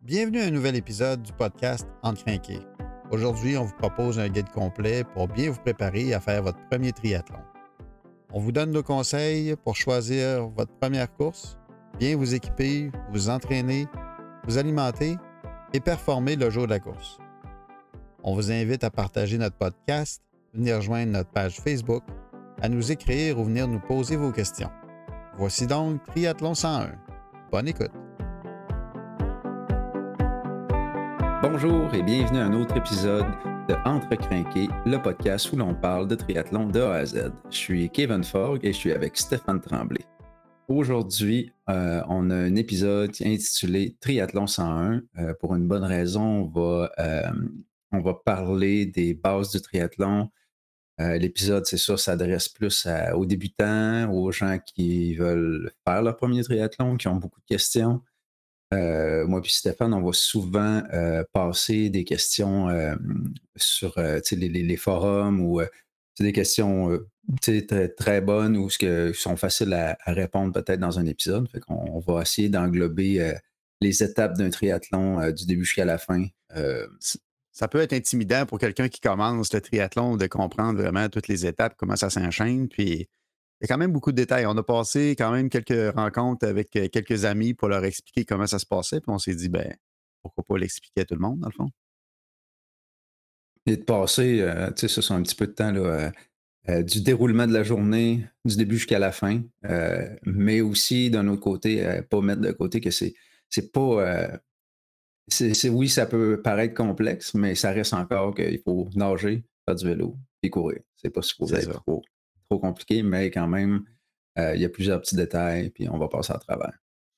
Bienvenue à un nouvel épisode du podcast Entre crinqués. Aujourd'hui, on vous propose un guide complet pour bien vous préparer à faire votre premier triathlon. On vous donne nos conseils pour choisir votre première course, bien vous équiper, vous entraîner, vous alimenter et performer le jour de la course. On vous invite à partager notre podcast, venir rejoindre notre page Facebook, à nous écrire ou venir nous poser vos questions. Voici donc Triathlon 101. Bonne écoute! Bonjour et bienvenue à un autre épisode de Entre crinqués, le podcast où l'on parle de triathlon de A à Z. Je suis Kevin Forg et je suis avec Stéphane Tremblay. Aujourd'hui, on a un épisode intitulé Triathlon 101. Pour une bonne raison, on va parler des bases du triathlon. L'épisode, c'est sûr, s'adresse plus aux débutants, aux gens qui veulent faire leur premier triathlon, qui ont beaucoup de questions. Moi puis Stéphane, on va souvent passer des questions sur les forums ou des questions très, très bonnes ou qui sont faciles à répondre peut-être dans un épisode. Fait qu'on va essayer d'englober les étapes d'un triathlon du début jusqu'à la fin. Ça peut être intimidant pour quelqu'un qui commence le triathlon de comprendre vraiment toutes les étapes, comment ça s'enchaîne. Puis il y a quand même beaucoup de détails. On a passé quand même quelques rencontres avec quelques amis pour leur expliquer comment ça se passait. Puis on s'est dit, pourquoi pas l'expliquer à tout le monde, dans le fond? Et de passer, ça, c'est un petit peu de temps là, du déroulement de la journée, du début jusqu'à la fin, mais aussi d'un autre côté, pas mettre de côté que c'est pas. Oui, ça peut paraître complexe, mais ça reste encore qu'il faut nager, faire du vélo et courir. C'est pas supposé C'est être ça. trop compliqué, mais quand même, il y a plusieurs petits détails, puis on va passer à travers.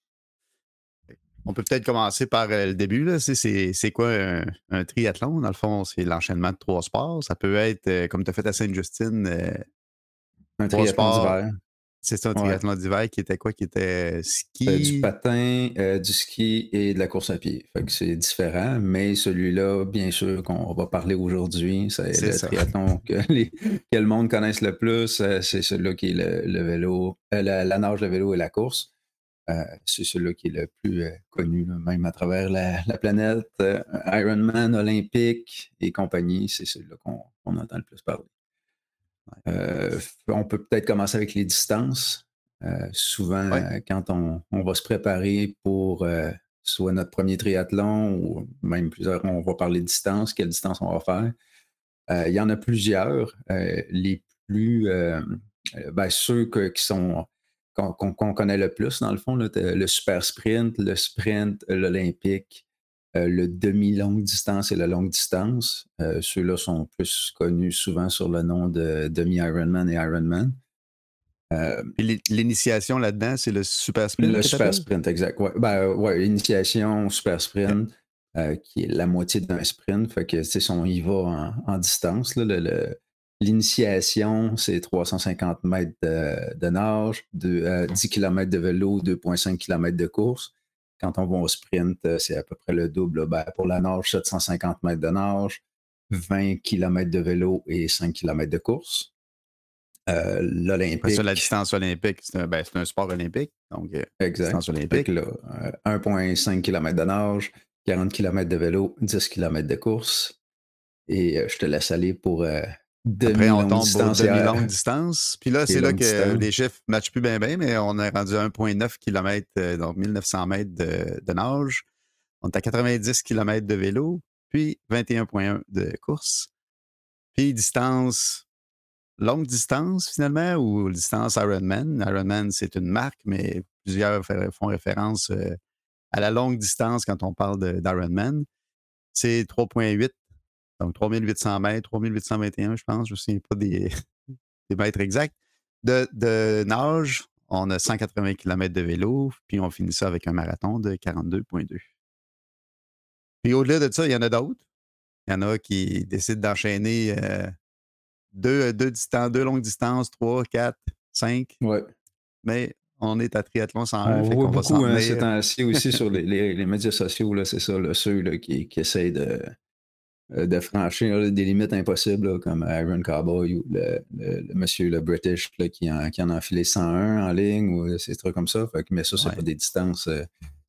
On peut peut-être commencer par le début. Là. C'est quoi un triathlon? Dans le fond, c'est l'enchaînement de 3 sports. Ça peut être, comme tu as fait à Sainte-Justine, Un 3 triathlon sports. d'hiver, C'est ça, un ouais. triathlon d'hiver qui était quoi? Qui était Du ski. patin, du ski et de la course à pied. Fait que c'est différent, mais celui-là, bien sûr, qu'on va parler aujourd'hui, c'est C'est le ça. triathlon que le monde connaisse le plus. C'est celui-là qui est le vélo, la nage, le vélo et la course. C'est celui-là qui est le plus connu, là, même à travers la planète. Ironman, Olympique et compagnie, c'est celui-là qu'on entend le plus parler. On peut peut-être commencer avec les distances. Souvent, Ouais. quand on va se préparer pour soit notre premier triathlon ou même plusieurs, on va parler de distance, quelle distance on va faire. Il y en a plusieurs. Les plus, ceux qui sont qu'on connaît le plus, dans le fond, là, le super sprint, le sprint, l'olympique, le demi-longue distance et la longue distance. Ceux-là sont plus connus souvent sur le nom de demi-Ironman et Ironman. Puis l'initiation là-dedans, c'est le super sprint Le que tu super appelles? sprint, exact. Ouais, initiation, super sprint, qui est la moitié d'un sprint. Fait que, si on y va en distance, là, l'initiation, c'est 350 mètres de nage, 10 km de vélo, 2,5 km de course. Quand on va au sprint, c'est à peu près le double. Pour la nage, 750 mètres de nage, 20 km de vélo et 5 km de course. Après ça, la L'Olympique. distance olympique, c'est un sport olympique. Donc, Exact. distance Fait que olympique. là, 1,5 km de nage, 40 km de vélo, 10 km de course. Et je te laisse aller pour Après, on demi-longue tombe aux distance demi-longues distances. Puis là, et c'est là longue que distance. les chiffres ne matchent plus bien, mais on est rendu à 1,9 km, donc 1900 mètres de nage. On est à 90 km de vélo, puis 21,1 de course. Puis distance, longue distance finalement, ou distance Ironman. Ironman, c'est une marque, mais plusieurs font référence à la longue distance quand on parle d'Ironman. C'est 3,8, donc 3800 mètres, 3821, je pense. Je ne me souviens pas des mètres exacts. De nage, on a 180 km de vélo, puis on finit ça avec un marathon de 42,2. Puis au-delà de ça, il y en a d'autres. Il y en a qui décident d'enchaîner deux longues distances, 3, 4, 5. Ouais. Mais on est à Triathlon 101, On fait voit qu'on va s'en beaucoup ces tenir. temps-ci aussi sur les médias sociaux, là, c'est ça, là, ceux là, qui essayent de franchir là, des limites impossibles, là, comme Iron Cowboy ou le monsieur le British là, qui en a enfilé 101 en ligne ou ces trucs comme ça. Fait que, mais ça, c'est Ouais. pas des distances.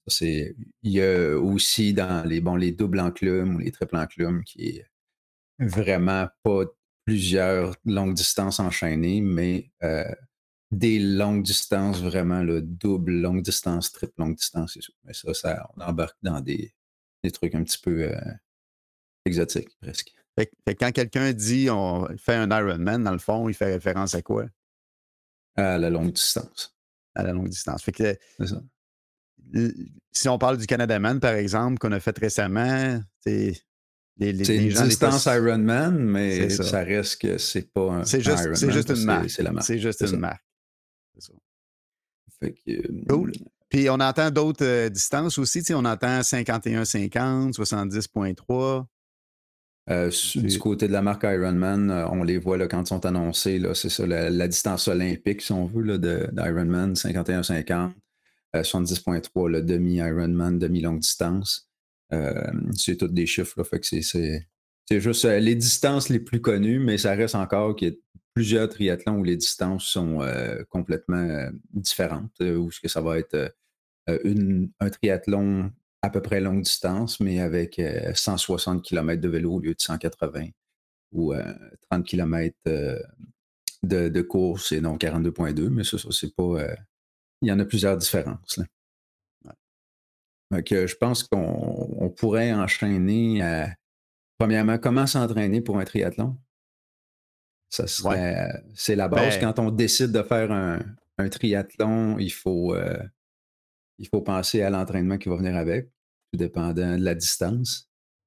Il y a aussi dans les doubles enclumes ou les triples enclumes qui est vraiment pas plusieurs longues distances enchaînées, mais des longues distances vraiment, là, double longue distance, triple longue distance et tout. Mais on embarque dans des trucs un petit peu exotiques presque. Fait que quand quelqu'un dit on fait un Ironman, dans le fond, il fait référence à quoi? À la longue distance. À la longue distance. Fait que C'est ça. si on parle du Canada Man, par exemple, qu'on a fait récemment, C'est une les gens, des fois, distance Ironman, c'est mais ça. ça reste que c'est pas un C'est Ironman juste une parce que marque. c'est la marque. C'est juste C'est une ça. marque. C'est ça. Fait que, Cool. Puis on entend d'autres distances aussi. Tu sais, on entend 51,50, 70,3. Du côté de la marque Ironman, on les voit là, quand ils sont annoncés. Là, c'est ça, la distance olympique, si on veut, là, d'Ironman, 51,50, 70,3, le demi-Ironman, demi-longue distance. C'est tous des chiffres. Là, fait que c'est juste les distances les plus connues, mais ça reste encore qu'il y a plusieurs triathlons où les distances sont complètement différentes, où ce que ça va être un triathlon à peu près longue distance, mais avec 160 km de vélo au lieu de 180 ou 30 km de course et non 42,2, mais ça c'est pas. Il y en a plusieurs différences. Là. Ouais. Donc, je pense qu'on pourrait enchaîner premièrement, comment s'entraîner pour un triathlon? Ça Ouais. serait. C'est la base. Ben, Quand on décide de faire un triathlon, il faut penser à l'entraînement qui va venir avec, tout dépendant de la distance.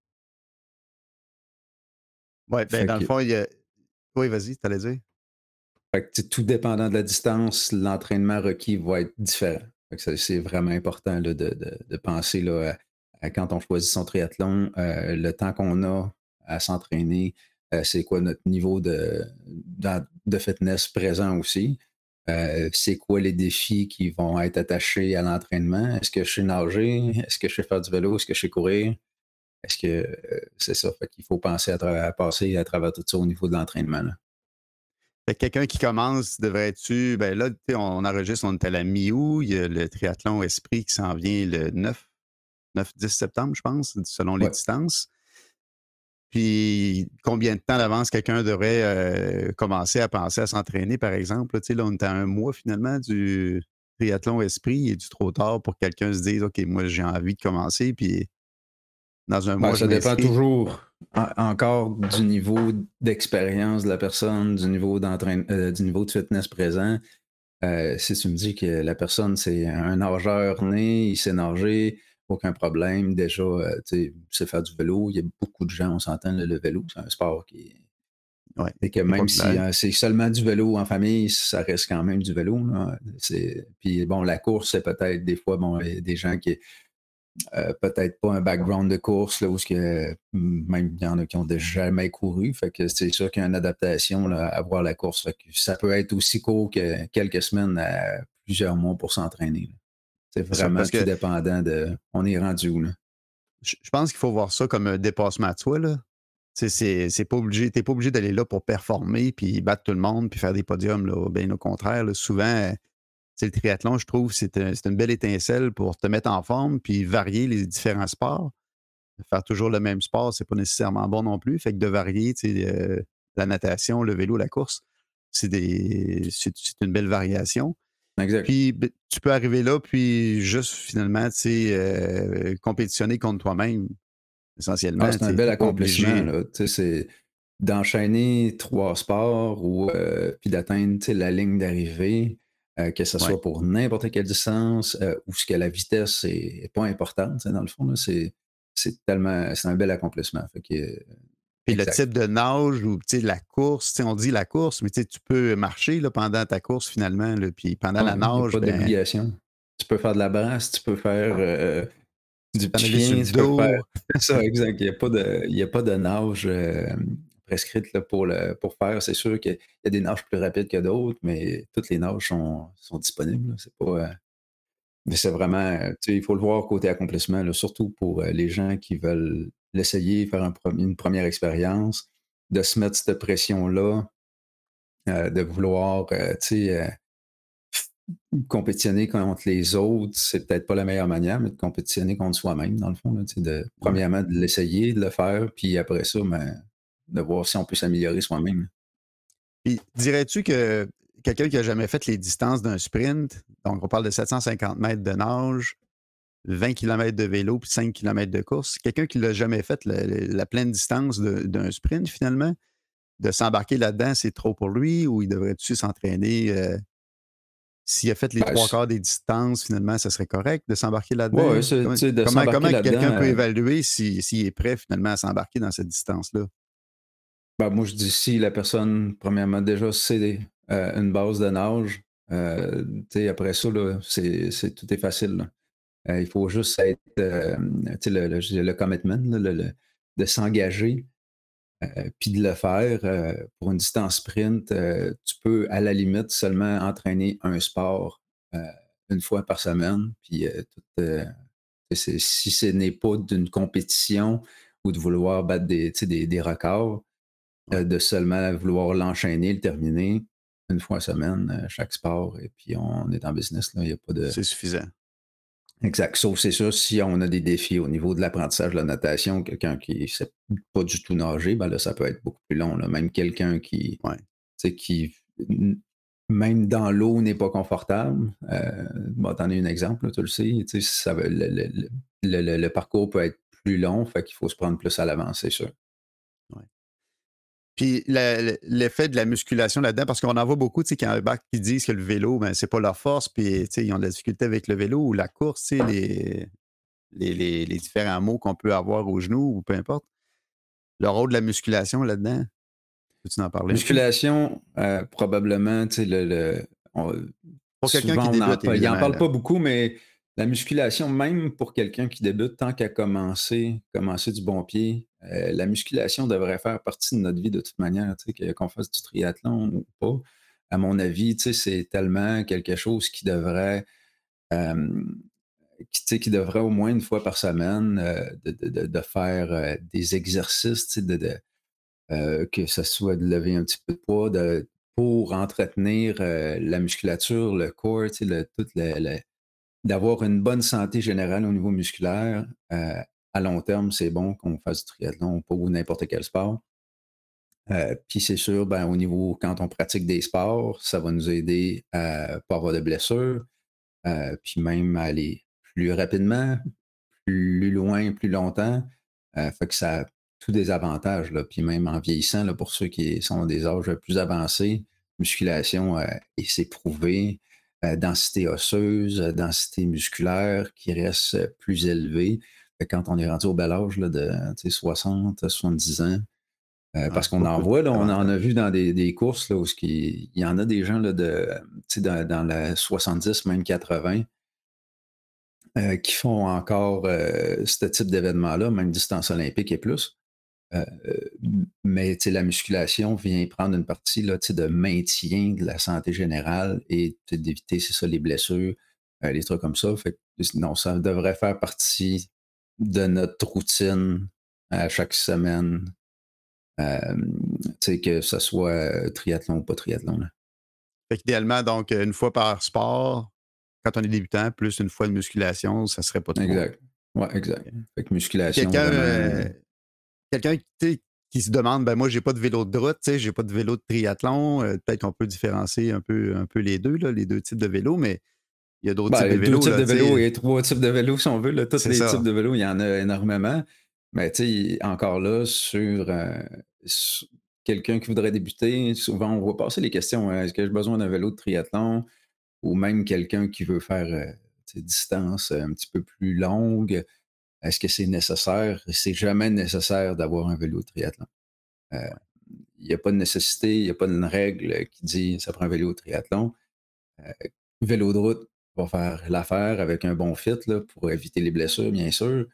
ouais, ben, Fait dans le que, fond, il y a. Oui, vas-y, t'allais dire. fait que, tu sais, tout dépendant de la distance, l'entraînement requis va être différent. Fait que c'est vraiment important là, de penser là, quand on choisit son triathlon, le temps qu'on a à s'entraîner, c'est quoi notre niveau de fitness présent aussi. C'est quoi les défis qui vont être attachés à l'entraînement? Est-ce que je sais nager? Est-ce que je sais faire du vélo? Est-ce que je sais courir? Est-ce que c'est ça? Fait qu'il faut penser à passer à travers tout ça au niveau de l'entraînement. Là. Fait que quelqu'un qui commence devrait-tu. Ben là, tu sais, on enregistre, on est à la mi-août. Il y a le triathlon Esprit qui s'en vient le 9-10 septembre, je pense, selon les Ouais. distances. Puis, combien de temps d'avance quelqu'un devrait commencer à penser à s'entraîner, par exemple? Là, tu sais, là, on est à un mois finalement du triathlon Esprit. Il est-tu trop tard pour que quelqu'un se dise, OK, moi, j'ai envie de commencer, puis dans un Ben, mois, je ça dépend m'inscris. toujours encore du niveau d'expérience de la personne, du niveau de fitness présent. Si tu me dis que la personne, c'est un nageur né, il sait nager, aucun problème. Déjà, tu sais, il sait faire du vélo. Il y a beaucoup de gens, on s'entend, le vélo, c'est un sport Ouais, et que c'est même si populaire. c'est seulement du vélo en famille, ça reste quand même du vélo. Là. Puis bon, la course, c'est peut-être des fois, bon, il y a des gens qui peut-être pas un background de course, là, où même il y en a qui ont déjà jamais couru. Fait que c'est sûr qu'il y a une adaptation là, à voir la course. Fait que ça peut être aussi court que quelques semaines à plusieurs mois pour s'entraîner. Là. C'est C'est ça, vraiment parce tout que dépendant de on est rendu où. Là. je pense qu'il faut voir ça comme un dépassement de soi, là. Tu sais, c'est pas obligé, t'es pas obligé d'aller là pour performer, puis battre tout le monde, puis faire des podiums, là. Bien au contraire, là, souvent, c'est le triathlon, je trouve, c'est une belle étincelle pour te mettre en forme, puis varier les différents sports. Faire toujours le même sport, c'est pas nécessairement bon non plus. Fait que de varier, tu sais, la natation, le vélo, la course, c'est une belle variation. Exact. Puis tu peux arriver là, puis juste finalement, tu sais, compétitionner contre toi-même, Ah, essentiellement. c'est un Tu bel n'es pas accomplissement. obligé. Là. Tu sais, c'est d'enchaîner 3 sports ou puis d'atteindre tu sais, la ligne d'arrivée, que ce Ouais. soit pour n'importe quelle distance, où ce que la vitesse est pas importante, tu sais, dans le fond. Là, c'est un bel accomplissement. Fait que, Puis le exact. type de nage ou tu sais, la course, tu sais, on dit la course, mais tu sais, tu peux marcher là, pendant ta course finalement. Là, puis pendant Ah la oui, il n'y a nage, pas ben, d'obligation. Tu peux faire de la brasse, tu peux faire du t'en petit aller sur chien, le tu peux faire. dos. C'est ça, exact. Il y a pas de nage prescrite là, pour faire. C'est sûr qu'il y a des nages plus rapides que d'autres, mais toutes les nages sont disponibles. Là. C'est pas. Mais c'est vraiment. Tu sais, il faut le voir côté accomplissement, là, surtout pour les gens qui veulent l'essayer, faire une première expérience, de se mettre cette pression-là, de vouloir tu sais, compétitionner contre les autres, c'est peut-être pas la meilleure manière, mais de compétitionner contre soi-même, dans le fond, là, tu sais, Ouais. premièrement, de l'essayer, de le faire, puis après ça, ben, de voir si on peut s'améliorer soi-même. Puis dirais-tu que quelqu'un qui a jamais fait les distances d'un sprint, donc on parle de 750 mètres de nage, 20 kilomètres de vélo puis 5 kilomètres de course, quelqu'un qui l'a jamais fait la pleine distance d'un sprint finalement, de s'embarquer là-dedans, c'est trop pour lui ou il devrait-tu s'entraîner, s'il a fait les Ben, 3/4 des distances, finalement, ça serait correct de s'embarquer ouais, là-dedans? ouais, tu Comment sais, de comment s'embarquer comment là-dedans, quelqu'un peut évaluer s'il est prêt finalement à s'embarquer dans cette distance-là? ben, moi, je dis si la personne, premièrement, déjà, c'est une base de nage, tu sais, après ça, là, tout est facile, là. Il faut juste être, tu sais, le commitment, là, de s'engager, puis de le faire. Pour une distance sprint, tu peux, à la limite, seulement entraîner un sport une fois par semaine. Puis, si ce n'est pas d'une compétition ou de vouloir battre tu sais, des records, Ouais, de seulement vouloir l'enchaîner, le terminer une fois semaine, chaque sport, et puis on est en business. Là, il n'y a pas de. c'est suffisant. Exact. Sauf, c'est sûr, si on a des défis au niveau de l'apprentissage de la natation, quelqu'un qui ne sait pas du tout nager, ben là, ça peut être beaucoup plus long, là. Même quelqu'un qui, Ouais. tu sais, même dans l'eau, n'est pas confortable. Bon, t'en as un exemple, là, tu le sais. Tu sais, le parcours peut être plus long, fait qu'il faut se prendre plus à l'avance, c'est sûr. Ouais. Puis l'effet de la musculation là-dedans, parce qu'on en voit beaucoup, tu sais, qui disent que le vélo, ben, c'est pas leur force, puis, tu sais, ils ont de la difficulté avec le vélo ou la course, tu sais, les différents maux qu'on peut avoir aux genoux ou peu importe. Le rôle de la musculation là-dedans, peux-tu en parler un peu? Musculation, probablement, tu sais, Pour quelqu'un qui souvent, débute, il en évidemment, parle là. pas beaucoup, mais la musculation, même pour quelqu'un qui débute, tant qu'à commencer du bon pied, la musculation devrait faire partie de notre vie de toute manière, tu sais, qu'on fasse du triathlon ou pas. À mon avis, tu sais, c'est tellement quelque chose qui devrait, tu sais, qui devrait au moins une fois par semaine, de faire des exercices, tu sais, que ce soit de lever un petit peu de poids, pour entretenir la musculature, le corps, tu sais, d'avoir une bonne santé générale au niveau musculaire. À long terme, c'est bon qu'on fasse du triathlon ou n'importe quel sport. Puis c'est sûr, ben, au niveau, quand on pratique des sports, ça va nous aider à ne pas avoir de blessures, puis même à aller plus rapidement, plus loin, plus longtemps. Fait que ça a tous des avantages, là. Puis même en vieillissant, là, pour ceux qui sont des âges plus avancés, musculation, et c'est prouvé, densité osseuse, densité musculaire qui reste plus élevée. Fait que quand on est rendu au bel âge là, de, tu sais, 60, 70 ans, Ouais, parce qu'on en beaucoup voit, là, on en a d'avantages. vu dans des courses là, où il y en a des gens là, tu sais, dans la 70, même 80, qui font encore ce type d'événement-là, même distance olympique et plus. Euh, mais tu sais, la musculation vient prendre une partie là, tu sais, de maintien de la santé générale et tu sais, d'éviter, c'est ça, les blessures, les trucs comme ça. Fait que, non, ça devrait faire partie de notre routine à chaque semaine, tu sais, que ce soit triathlon ou pas triathlon, là. Fait qu'idéalement, donc, une fois par sport, quand on est débutant, plus une fois de musculation, ça serait pas trop. Exact. Ouais, exact. OK. Fait que Puis musculation, vraiment. quelqu'un, tu sais, qui se demande, ben moi, j'ai pas de vélo de route, tu sais, j'ai pas de vélo de triathlon. Peut-être qu'on peut différencier un peu les 2 là, les 2 types de vélos, mais il y a d'autres types de Ben, 2 vélos, types là, de tu vélos sais. et 3 types de vélos si on veut, là. Tous C'est les types ça. de vélos, il y en a énormément. Mais tu sais, encore là, quelqu'un qui voudrait débuter, souvent on voit passer les questions, hein: «Est-ce que j'ai besoin d'un vélo de triathlon?» Ou même quelqu'un qui veut faire, tu sais, distance un petit peu plus longue. Est-ce que c'est nécessaire? C'est jamais nécessaire d'avoir un vélo de triathlon. Heu, Ouais. il y a pas de nécessité, il y a pas une règle qui dit: «Ça prend un vélo de triathlon». Heu, Vélo de route va faire l'affaire avec un bon fit là, pour éviter les blessures, bien sûr.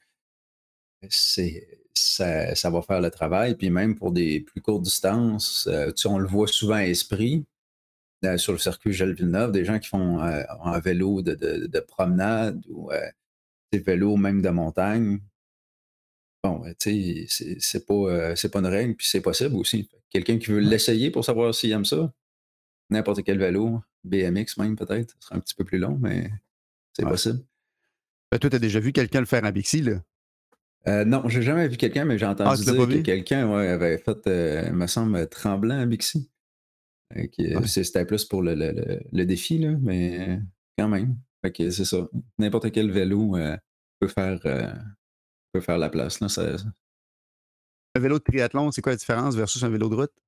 Ça va faire le travail. Puis même pour des plus courtes distances, tu sais, on le voit souvent à Esprit, sur le circuit Gilles Villeneuve, des gens qui font un vélo de promenade ou des vélos même de montagne. Bon, tu sais, c'est pas une règle, puis c'est possible aussi. Quelqu'un qui veut Ouais. l'essayer pour savoir s'il aime ça, n'importe quel vélo, BMX même peut-être. Ce serait un petit peu plus long, mais c'est Ouais. possible. Ben, toi, tu as déjà vu quelqu'un le faire en Bixi, là? Non, j'ai jamais vu quelqu'un, mais j'ai Ah, entendu tu l'as pas dire que vu? quelqu'un ouais, avait fait, il me semble, Tremblant à Bixi. Ouais. C'était plus pour le défi, là, mais quand même. Fait que c'est ça. N'importe quel vélo peut faire, euh, peut faire la place. Là, Un vélo de triathlon, c'est quoi la différence versus un vélo de route?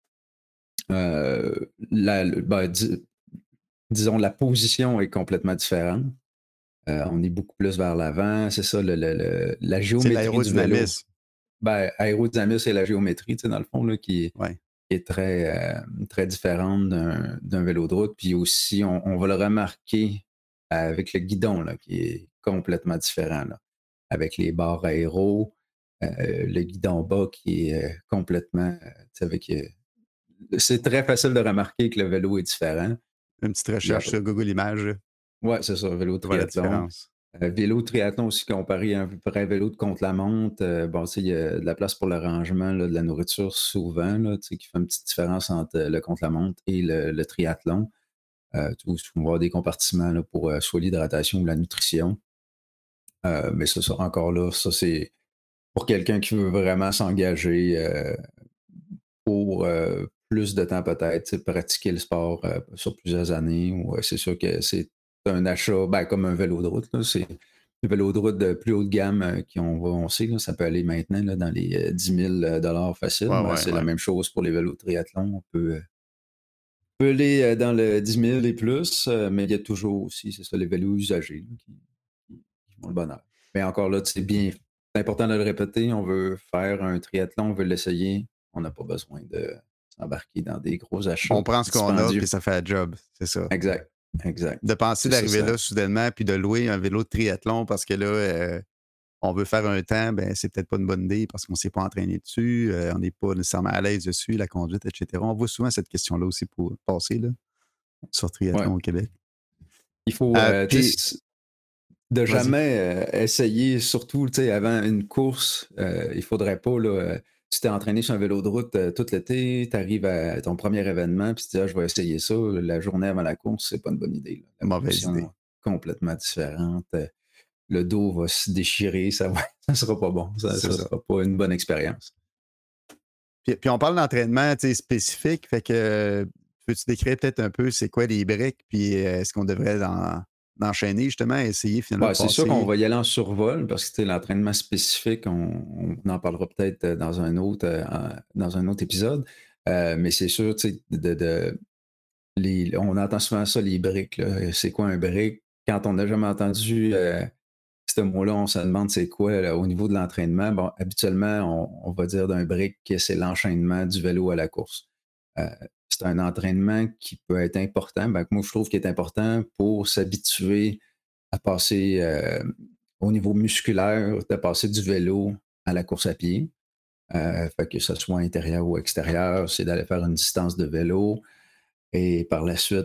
ben, disons, la position est complètement différente. On est beaucoup plus vers l'avant. C'est ça, la C'est géométrie du vélo. l'aérodynamisme. Ben, aérodynamisme, c'est la géométrie, tu sais, dans le fond, là, Ouais. qui est très différente d'un vélo de route. Puis aussi, on va le remarquer avec le guidon, là, qui est complètement différent, là, avec les barres aéro, le guidon bas qui est complètement, tu sais, c'est très facile de remarquer que le vélo est différent. Une petite Puis recherche sur Google Images, là, ouais, c'est ça, vélo tu vois la triathlon. différence. Vélo triathlon aussi comparé à un vrai vélo de contre-la-montre. Bon, tu sais, il y a de la place pour le rangement là, de la nourriture souvent, là, tu sais, qui fait une petite différence entre le contre-la-montre et le triathlon. Tu vois, on va avoir des compartiments là, pour soit l'hydratation ou la nutrition. Mais ça, encore là, ça, c'est pour quelqu'un qui veut vraiment s'engager pour plus de temps peut-être, tu sais, pratiquer le sport sur plusieurs années. Ou, c'est sûr que c'est un achat ben, comme un vélo de route. Là, c'est un vélo de route de plus haut de gamme on sait, là, ça peut aller maintenant là, dans les 10 000 facile. Ouais, Ben, ouais, c'est la ouais. même chose pour les vélos de triathlon. On peut aller dans le 10 000 et plus, mais il y a toujours aussi, c'est ça, les vélos usagés là, qui font le bonheur. Mais encore là, c'est bien, c'est important de le répéter. On veut faire un triathlon, on veut l'essayer. On n'a pas besoin de s'embarquer dans des gros achats On prend ce qu'on a, puis dispendieux. ça fait la job. C'est ça. Exact, exact. De penser C'est ça, d'arriver ça. là soudainement, puis de louer un vélo de triathlon parce que là, on veut faire un temps, ben c'est peut-être pas une bonne idée parce qu'on ne s'est pas entraîné dessus, on n'est pas nécessairement à l'aise dessus, la conduite, etc. On voit souvent cette question-là aussi pour passer là, sur Ouais. triathlon au Québec. Il faut, tu Puis, sais, de vas-y. jamais essayer, surtout, tu sais, avant une course, il faudrait pas, là, tu t'es entraîné sur un vélo de route tout l'été, tu arrives à ton premier événement, puis tu dis, ah, je vais essayer ça. La journée avant la course, c'est pas une bonne idée, là. La Mauvaise position idée. est complètement différente. Le dos va se déchirer, ça sera pas bon. Ça, C'est ça ça. sera pas une bonne expérience. Puis on parle d'entraînement tu sais, spécifique, fait que peux-tu décrire peut-être un peu c'est quoi les briques, puis est-ce qu'on devrait enchaîner justement, essayer finalement de Ouais, c'est sûr qu'on passer. va y aller en survol parce que tu sais, l'entraînement spécifique, on en parlera peut-être dans un autre épisode. Mais c'est sûr, tu sais, on entend souvent ça, les briques. Là. C'est quoi un brick? Quand on n'a jamais entendu ce mot-là, on se demande c'est quoi là, au niveau de l'entraînement. Bon, habituellement, on va dire d'un brick que c'est l'enchaînement du vélo à la course. Euh, c'est un entraînement qui peut être important. Ben, moi, je trouve qu'il est important pour s'habituer à passer au niveau musculaire, de passer du vélo à la course à pied. Fait que ce soit intérieur ou extérieur, c'est d'aller faire une distance de vélo et par la suite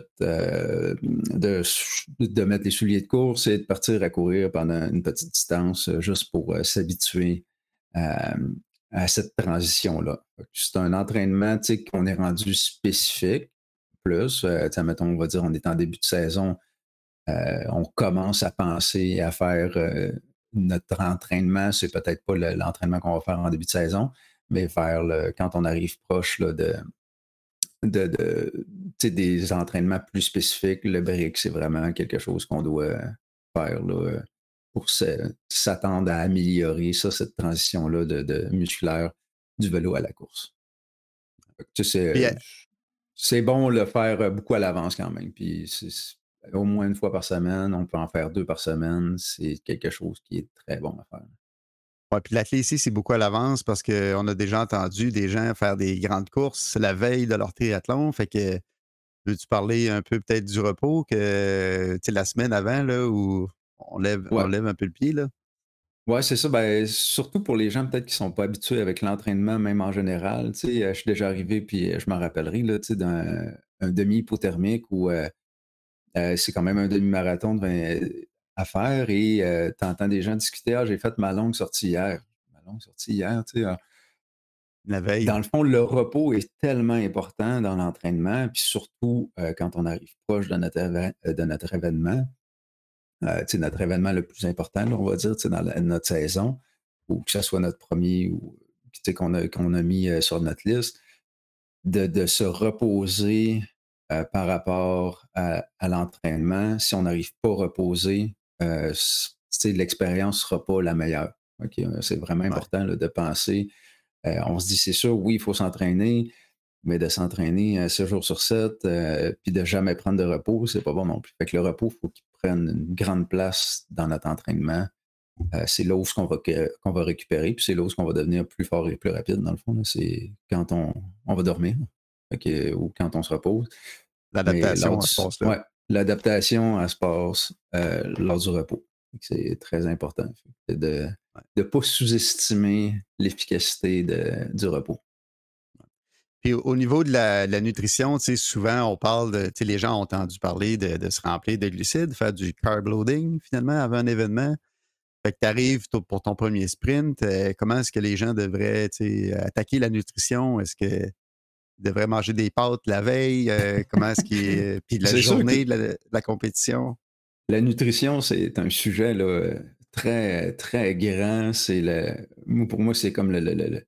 de mettre les souliers de course et de partir à courir pendant une petite distance juste pour s'habituer à, à cette transition-là. C'est un entraînement qu'on est rendu spécifique, plus, mettons, on va dire, on est en début de saison, on commence à penser à faire notre entraînement. C'est peut-être pas l'entraînement qu'on va faire en début de saison, mais quand on arrive proche là, tu sais, des entraînements plus spécifiques, le break, c'est vraiment quelque chose qu'on doit faire là, pour s'attendre à améliorer ça, cette transition-là de musculaire du vélo à la course. Tu sais, Puis, c'est bon le faire beaucoup à l'avance quand même. Puis au moins une fois par semaine, on peut en faire 2 par semaine. C'est quelque chose qui est très bon à faire. ouais, puis l'athlétisme, c'est beaucoup à l'avance parce qu'on a déjà entendu des gens faire des grandes courses la veille de leur triathlon. Fait que veux-tu parler un peu peut-être du repos que tu sais, la semaine avant, là, où on Ouais. lève un peu le pied, là? Ouais, c'est ça. Ben, surtout pour les gens peut-être qui sont pas habitués avec l'entraînement, même en général. Tu sais, je suis déjà arrivé, puis je m'en rappellerai, là, tu sais, d'un un demi-hypothermique où c'est quand même un demi-marathon à faire et tu entends des gens discuter. Ah, j'ai fait ma longue sortie hier. Ma longue sortie hier, tu sais. La veille. Dans le fond, le repos est tellement important dans l'entraînement, puis surtout, quand on arrive proche de notre événement, tu sais, notre événement le plus important, là, on va dire, tu sais, dans notre saison, ou que ce soit notre premier ou tu sais, qu'on a mis, sur notre liste, de se reposer, par rapport à l'entraînement. Si on n'arrive pas à reposer, tu sais, l'expérience ne sera pas la meilleure. OK? C'est vraiment Ouais. important là, de penser. On se dit, c'est sûr, oui, il faut s'entraîner, mais de s'entraîner 7 jours sur 7, puis de jamais prendre de repos, c'est pas bon non plus. Fait que le repos, il faut qu'il prenne une grande place dans notre entraînement. C'est là où qu'on va récupérer, puis c'est là où qu'on va devenir plus fort et plus rapide, dans le fond. Là. C'est quand on va dormir, fait que, ou quand on se repose. Mais L'adaptation, elle se passe là. ouais, l'adaptation, elle se passe lors du repos. C'est très important de Ouais. ne pas sous-estimer l'efficacité du repos. Puis au niveau de la nutrition, tu sais, souvent on parle de, tu sais, les gens ont entendu parler de se remplir de glucides, faire du carb loading finalement avant un événement. Fait que tu arrives pour ton premier sprint, comment est-ce que les gens devraient, tu sais, attaquer la nutrition? Est-ce qu'ils devraient manger des pâtes la veille? Comment est-ce qu'ils puis la C'est sûr que journée de la compétition? la nutrition, c'est un sujet là, très, très grand. Pour moi, c'est comme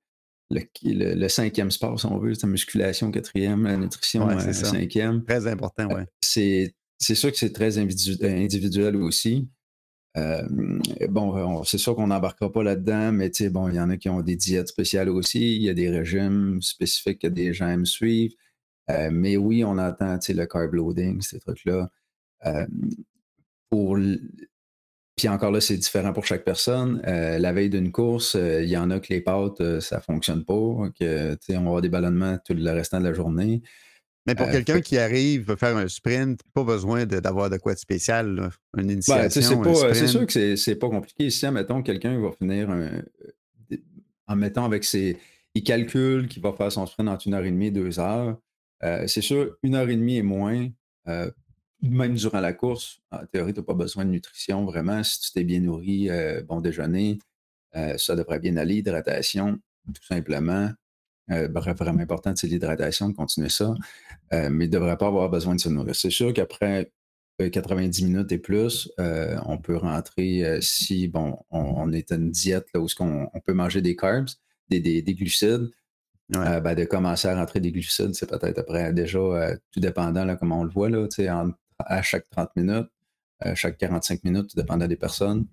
le cinquième sport, si on veut. C'est la musculation, quatrième, la nutrition, Ouais, c'est ça. cinquième. Très important, ouais. C'est sûr que c'est très individuel aussi. Bon, c'est sûr qu'on n'embarquera pas là-dedans, mais tu sais, bon, il y en a qui ont des diètes spéciales aussi. Il y a des régimes spécifiques que des gens aiment suivre. Mais oui, on entend, tu sais, le carb loading, ces trucs-là. Euh, pour Puis encore là, c'est différent pour chaque personne. La veille d'une course, il y en a que les pâtes, ça ne fonctionne pas, que, tu sais, on va avoir des ballonnements tout le restant de la journée. Mais pour quelqu'un Fait que, qui arrive, veut faire un sprint, pas besoin d'avoir de quoi de spécial, là. Une ben, tu sais, initiation, un c'est sûr sprint. que c'est pas compliqué. Si, admettons, quelqu'un va finir en mettant avec ses. Il calcule qu'il va faire son sprint en 1 heure et demie, 2 heures. C'est sûr, 1 heure et demie et moins, euh, même durant la course, en théorie, tu n'as pas besoin de nutrition vraiment. Si tu t'es bien nourri, bon déjeuner, ça devrait bien aller. Hydratation, tout simplement. Bref, vraiment important, c'est l'hydratation, de continuer ça. Mais il ne devrait pas avoir besoin de se nourrir. C'est sûr qu'après 90 minutes et plus, on peut rentrer, si bon, on est à une diète là, où on peut manger des carbs, des glucides, Ouais. ben, de commencer à rentrer des glucides, c'est peut-être après déjà, tout dépendant, là, comment on le voit, là, tu sais, à chaque 30 minutes, chaque 45 minutes, tout dépendant des personnes.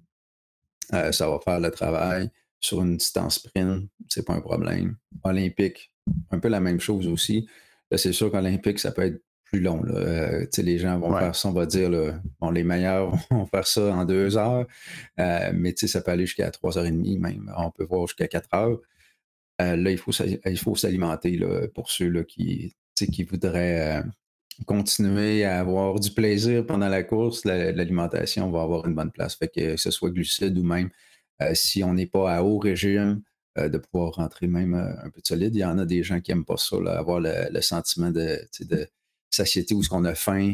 Ça va faire le travail. Sur une distance sprint, c'est pas un problème. Olympique, un peu la même chose aussi. Là, c'est sûr qu'Olympique, ça peut être plus long. Là. Tu sais, les gens vont Ouais. faire ça, on va dire, là, bon, les meilleurs vont faire ça en 2 heures, mais tu sais, ça peut aller jusqu'à 3 heures et demie même. On peut voir jusqu'à 4 heures. Là, il faut s'alimenter là, pour ceux là, tu sais, qui voudraient continuer à avoir du plaisir pendant la course. L'alimentation va avoir une bonne place. Fait que ce soit glucides ou même si on n'est pas à haut régime, de pouvoir rentrer même un peu de solide. Il y en a des gens qui n'aiment pas ça, là, avoir le sentiment tu sais, de satiété où ce qu'on a faim.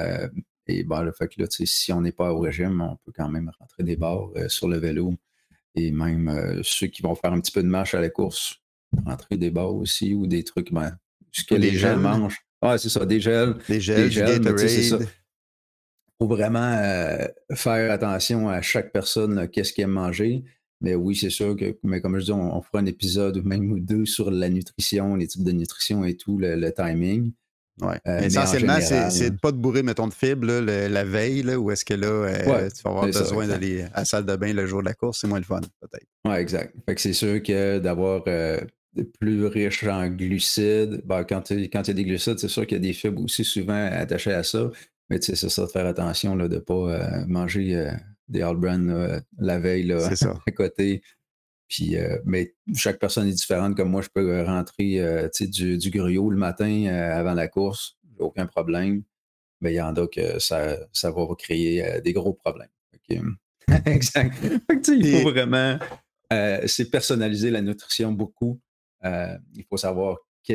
Et bon, le fait que là, tu sais, si on n'est pas au régime, on peut quand même rentrer des barres sur le vélo. Et même ceux qui vont faire un petit peu de marche à la course, rentrer des barres aussi ou des trucs, ben, ce que Ou les des gens gels. mangent. Ouais, c'est ça, Des des gels, du gels, mais tu sais, c'est ça. Gatorade. Faut vraiment faire attention à chaque personne, là, qu'est-ce qu'elle aime manger. Mais oui, c'est sûr que, mais comme je dis, on fera un épisode ou même ou deux sur la nutrition, les types de nutrition et tout, le timing. Ouais. Mais Mais en essentiellement, c'est général, de pas te bourrer, mettons, de fibres là, la veille, là, où est-ce que là, ouais, tu vas avoir c'est ça, besoin exact. d'aller à la salle de bain le jour de la course, c'est moins le fun, peut-être. Ouais, exact. Fait que c'est sûr que d'avoir plus riche en glucides, ben, quand il y a des glucides, c'est sûr qu'il y a des fibres aussi souvent attachées à ça. Mais tu sais, c'est ça, de faire attention là, de ne pas manger des All Brand là, la veille là, C'est ça. à côté. Puis, mais chaque personne est différente. Comme moi, je peux rentrer tu sais, du gruau le matin avant la course, aucun problème. Mais il y en a que ça va créer des gros problèmes. Fait que, exact. Fait que, tu sais, il faut Puis, vraiment c'est personnaliser la nutrition beaucoup. Il faut savoir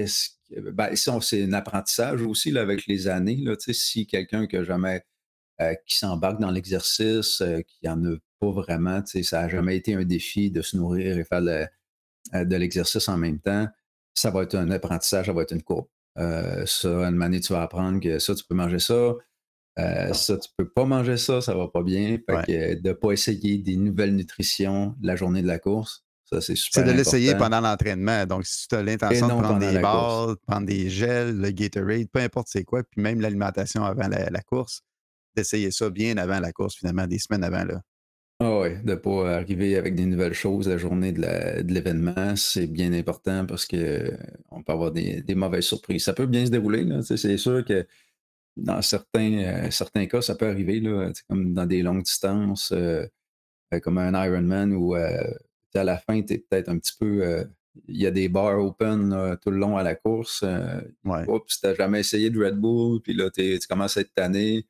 ben, c'est un apprentissage aussi là, avec les années. Là, tu sais, si quelqu'un qui a jamais qui s'embarque dans l'exercice, qui en a pas vraiment, tu sais, ça n'a jamais été un défi de se nourrir et faire de l'exercice en même temps, ça va être un apprentissage, ça va être une courbe. Ça, une manière, tu vas apprendre que ça, tu peux manger ça. Ça, tu peux pas manger ça, ça va pas bien. Fait Ouais. que de pas essayer des nouvelles nutritions la journée de la course, ça, c'est C'est super de l'essayer important. pendant l'entraînement. Donc, si tu as Et l'intention de non prendre pendant des la course. barres, de prendre des gels, le Gatorade, peu importe c'est quoi, puis même l'alimentation avant la course, d'essayer ça bien avant la course, finalement, des semaines avant, là. Ah ouais, de pas arriver avec des nouvelles choses la journée de l'événement, c'est bien important parce que on peut avoir des mauvaises surprises. Ça peut bien se dérouler, là, tu sais, c'est sûr que dans certains cas, ça peut arriver, là, tu sais, comme dans des longues distances, comme un Ironman où tu sais, à la fin, tu es peut-être un petit peu. Il y a des bars open là, tout le long à la course. Ouais. Oups, tu n'as jamais essayé de Red Bull, puis là, tu commences à être tanné.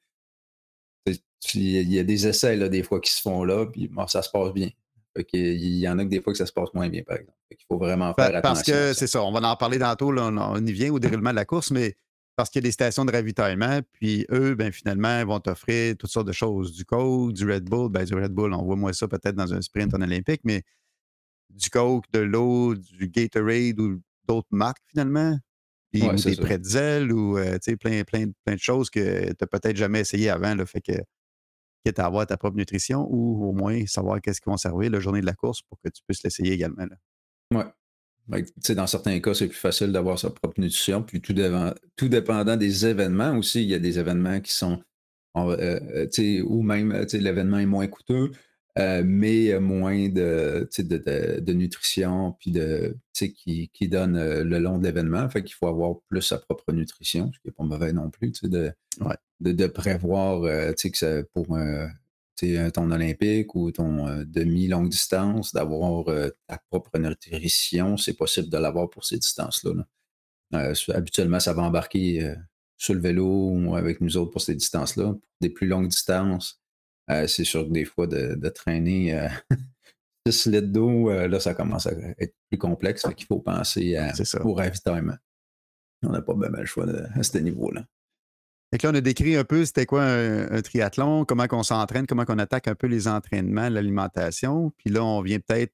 Il y a des essais là, des fois qui se font là, puis bon, ça se passe bien. Il y en a que des fois que ça se passe moins bien, par exemple. Il faut vraiment faire Parce attention à que ça. c'est ça, on va en parler tantôt, là, on y vient au déroulement de la course, mais parce qu'il y a des stations de ravitaillement, puis eux, ben, finalement, ils vont t'offrir toutes sortes de choses. Du Coke, du Red Bull, ben, du Red Bull, on voit moins ça peut-être dans un sprint en olympique, mais du Coke, de l'eau, du Gatorade ou d'autres marques finalement, puis Ouais, ou c'est des ça. pretzels ou tu sais, plein de choses que tu as peut-être jamais essayé avant, là, fait que quitte à avoir ta propre nutrition ou au moins savoir qu'est-ce qu'ils vont servir la journée de la course pour que tu puisses l'essayer également, là. Ouais. Ben, tu sais, dans certains cas, c'est plus facile d'avoir sa propre nutrition. Puis tout dépendant des événements aussi, il y a des événements qui sont, tu sais, ou même tu sais, l'événement est moins coûteux, mais moins de nutrition, puis tu sais, qui donne le long de l'événement. Fait qu'il faut avoir plus sa propre nutrition, ce qui n'est pas mauvais non plus, tu sais, Ouais, de prévoir tu sais, que ça, pour tu sais, ton olympique ou ton demi-longue distance, d'avoir ta propre nutrition, c'est possible de l'avoir pour ces distances-là. Là. Habituellement, ça va embarquer sur le vélo ou avec nous autres pour ces distances-là. Pour des plus longues distances, c'est sûr que des fois, de traîner 6 litres d'eau, là, ça commence à être plus complexe. Fait qu'il faut penser c'est ça. au ravitaillement. On n'a pas bien le choix à ce niveau-là. Fait que là, on a décrit un peu c'était quoi un triathlon, comment qu'on s'entraîne, comment qu'on attaque un peu les entraînements, l'alimentation. Puis là, on vient peut-être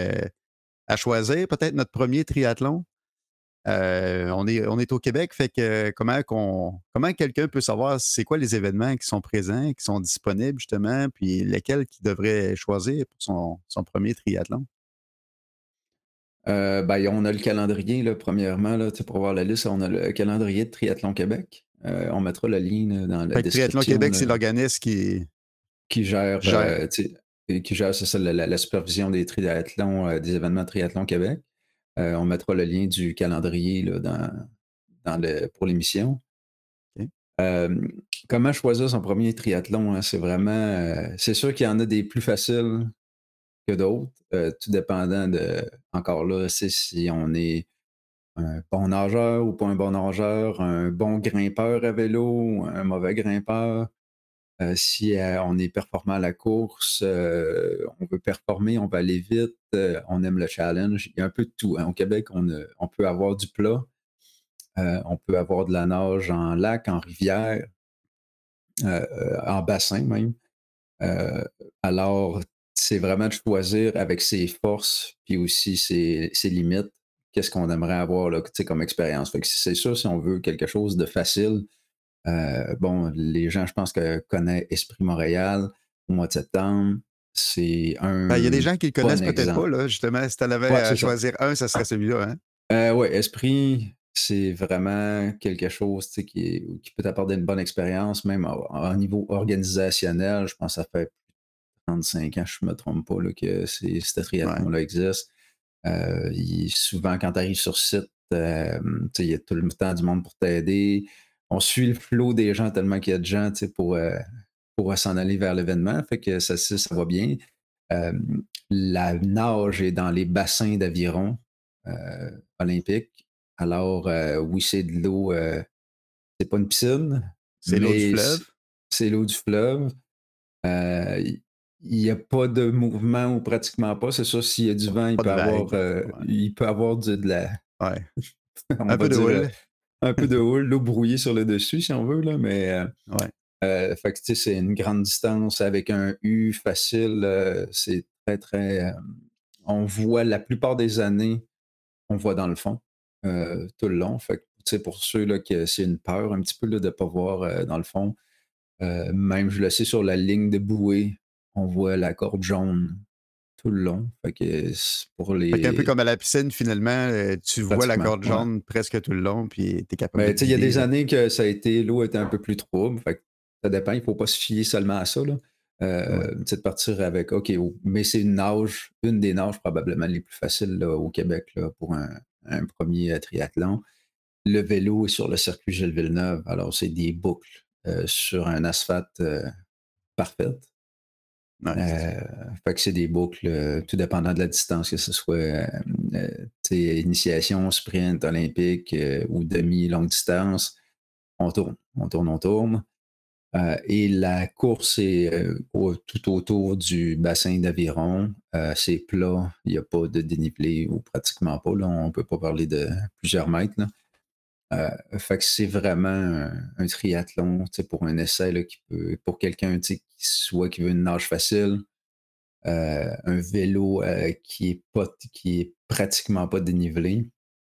à choisir peut-être notre premier triathlon. On est au Québec, fait que comment quelqu'un peut savoir c'est quoi les événements qui sont présents, qui sont disponibles justement, puis lesquels qu'il devrait choisir pour son premier triathlon? Ben, on a le calendrier, là, premièrement, là, tu sais, pour voir la liste, on a le calendrier de Triathlon Québec. On mettra le lien là, dans la Fait que Triathlon description Québec, c'est là, l'organisme qui qui gère, gère. tu sais, qui gère c'est ça, la supervision des triathlons, des événements Triathlon Québec. On mettra le lien du calendrier là, pour l'émission. OK. Euh, Comment choisir son premier triathlon? Hein? C'est vraiment. C'est sûr qu'il y en a des plus faciles que d'autres, tout dépendant de. Encore là, c'est si on est un bon nageur ou pas un bon nageur, un bon grimpeur à vélo, un mauvais grimpeur. Si on est performant à la course, on veut performer, on veut aller vite, on aime le challenge. Il y a un peu de tout. Hein. Au Québec, on peut avoir du plat, on peut avoir de la nage en lac, en rivière, en bassin même. Euh, alors, c'est vraiment de choisir avec ses forces, puis aussi ses limites, qu'est-ce qu'on aimerait avoir là, tu sais, comme expérience. Fait que c'est sûr, si on veut quelque chose de facile, bon, les gens, je pense que connaissent Esprit Montréal au mois de septembre. C'est Ben, il y a des un gens qui le bon connaissent peut-être pas, exemple. là, justement. Si tu en avais Ouais, à c'est ça. choisir un, ça serait celui-là, hein? Ouais, Esprit, c'est vraiment quelque chose tu sais, qui peut t'apporter une bonne expérience, même au niveau organisationnel. Je pense que ça fait 35 ans, je ne me trompe pas, là, que ce Ouais. triathlon-là existe. Souvent, quand tu arrives sur site, tu sais, il y a tout le temps du monde pour t'aider. On suit le flot des gens tellement qu'il y a de gens tu sais, pour s'en aller vers l'événement. Fait que ça va bien. Euh, la nage est dans les bassins d'aviron olympiques. Alors, oui, c'est de l'eau, c'est pas une piscine, C'est l'eau du mais fleuve? c'est l'eau du fleuve. Il n'y a pas de mouvement ou pratiquement pas. C'est sûr, s'il y a du vent, Pas de vague. Ouais. il peut avoir de la, Ouais. on Un va peu de dire, houle. un peu de houle, l'eau brouillée sur le dessus, si on veut, là, mais Ouais. fait que, tu sais, c'est une grande distance avec un U facile. C'est très, très. on voit la plupart des années, on voit dans le fond tout le long. Fait que, tu sais, pour ceux là, que c'est une peur un petit peu là, de ne pas voir dans le fond, même je le sais sur la ligne de bouée, on voit la corde jaune tout le long. Fait que pour Fait qu'un peu les comme à la piscine, finalement, tu vois la pratiquement, corde ouais. jaune presque tout le long, puis tu es capable de Mais te tu sais, il y a guider, des là. années que ça a été l'eau était un peu plus trouble. Fait que ça dépend, il ne faut pas se fier seulement à ça, là. Ouais. Tu sais, de partir avec OK, mais c'est une des nages probablement les plus faciles là, au Québec là, pour un premier triathlon. Le vélo est sur le circuit Gilles Villeneuve. Alors, c'est des boucles sur un asphalte parfait. Ouais, c'est ça. Fait que c'est des boucles, tout dépendant de la distance, que ce soit tu sais, initiation, sprint, olympique ou demi-longue distance. On tourne, on tourne, on tourne. Et la course est tout autour du bassin d'Aviron. C'est plat, il n'y a pas de dénivelé ou pratiquement pas. Là, on ne peut pas parler de plusieurs mètres. Là. Fait que c'est vraiment un triathlon pour un essai là, pour quelqu'un qui veut une nage facile, un vélo qui est pratiquement pas dénivelé.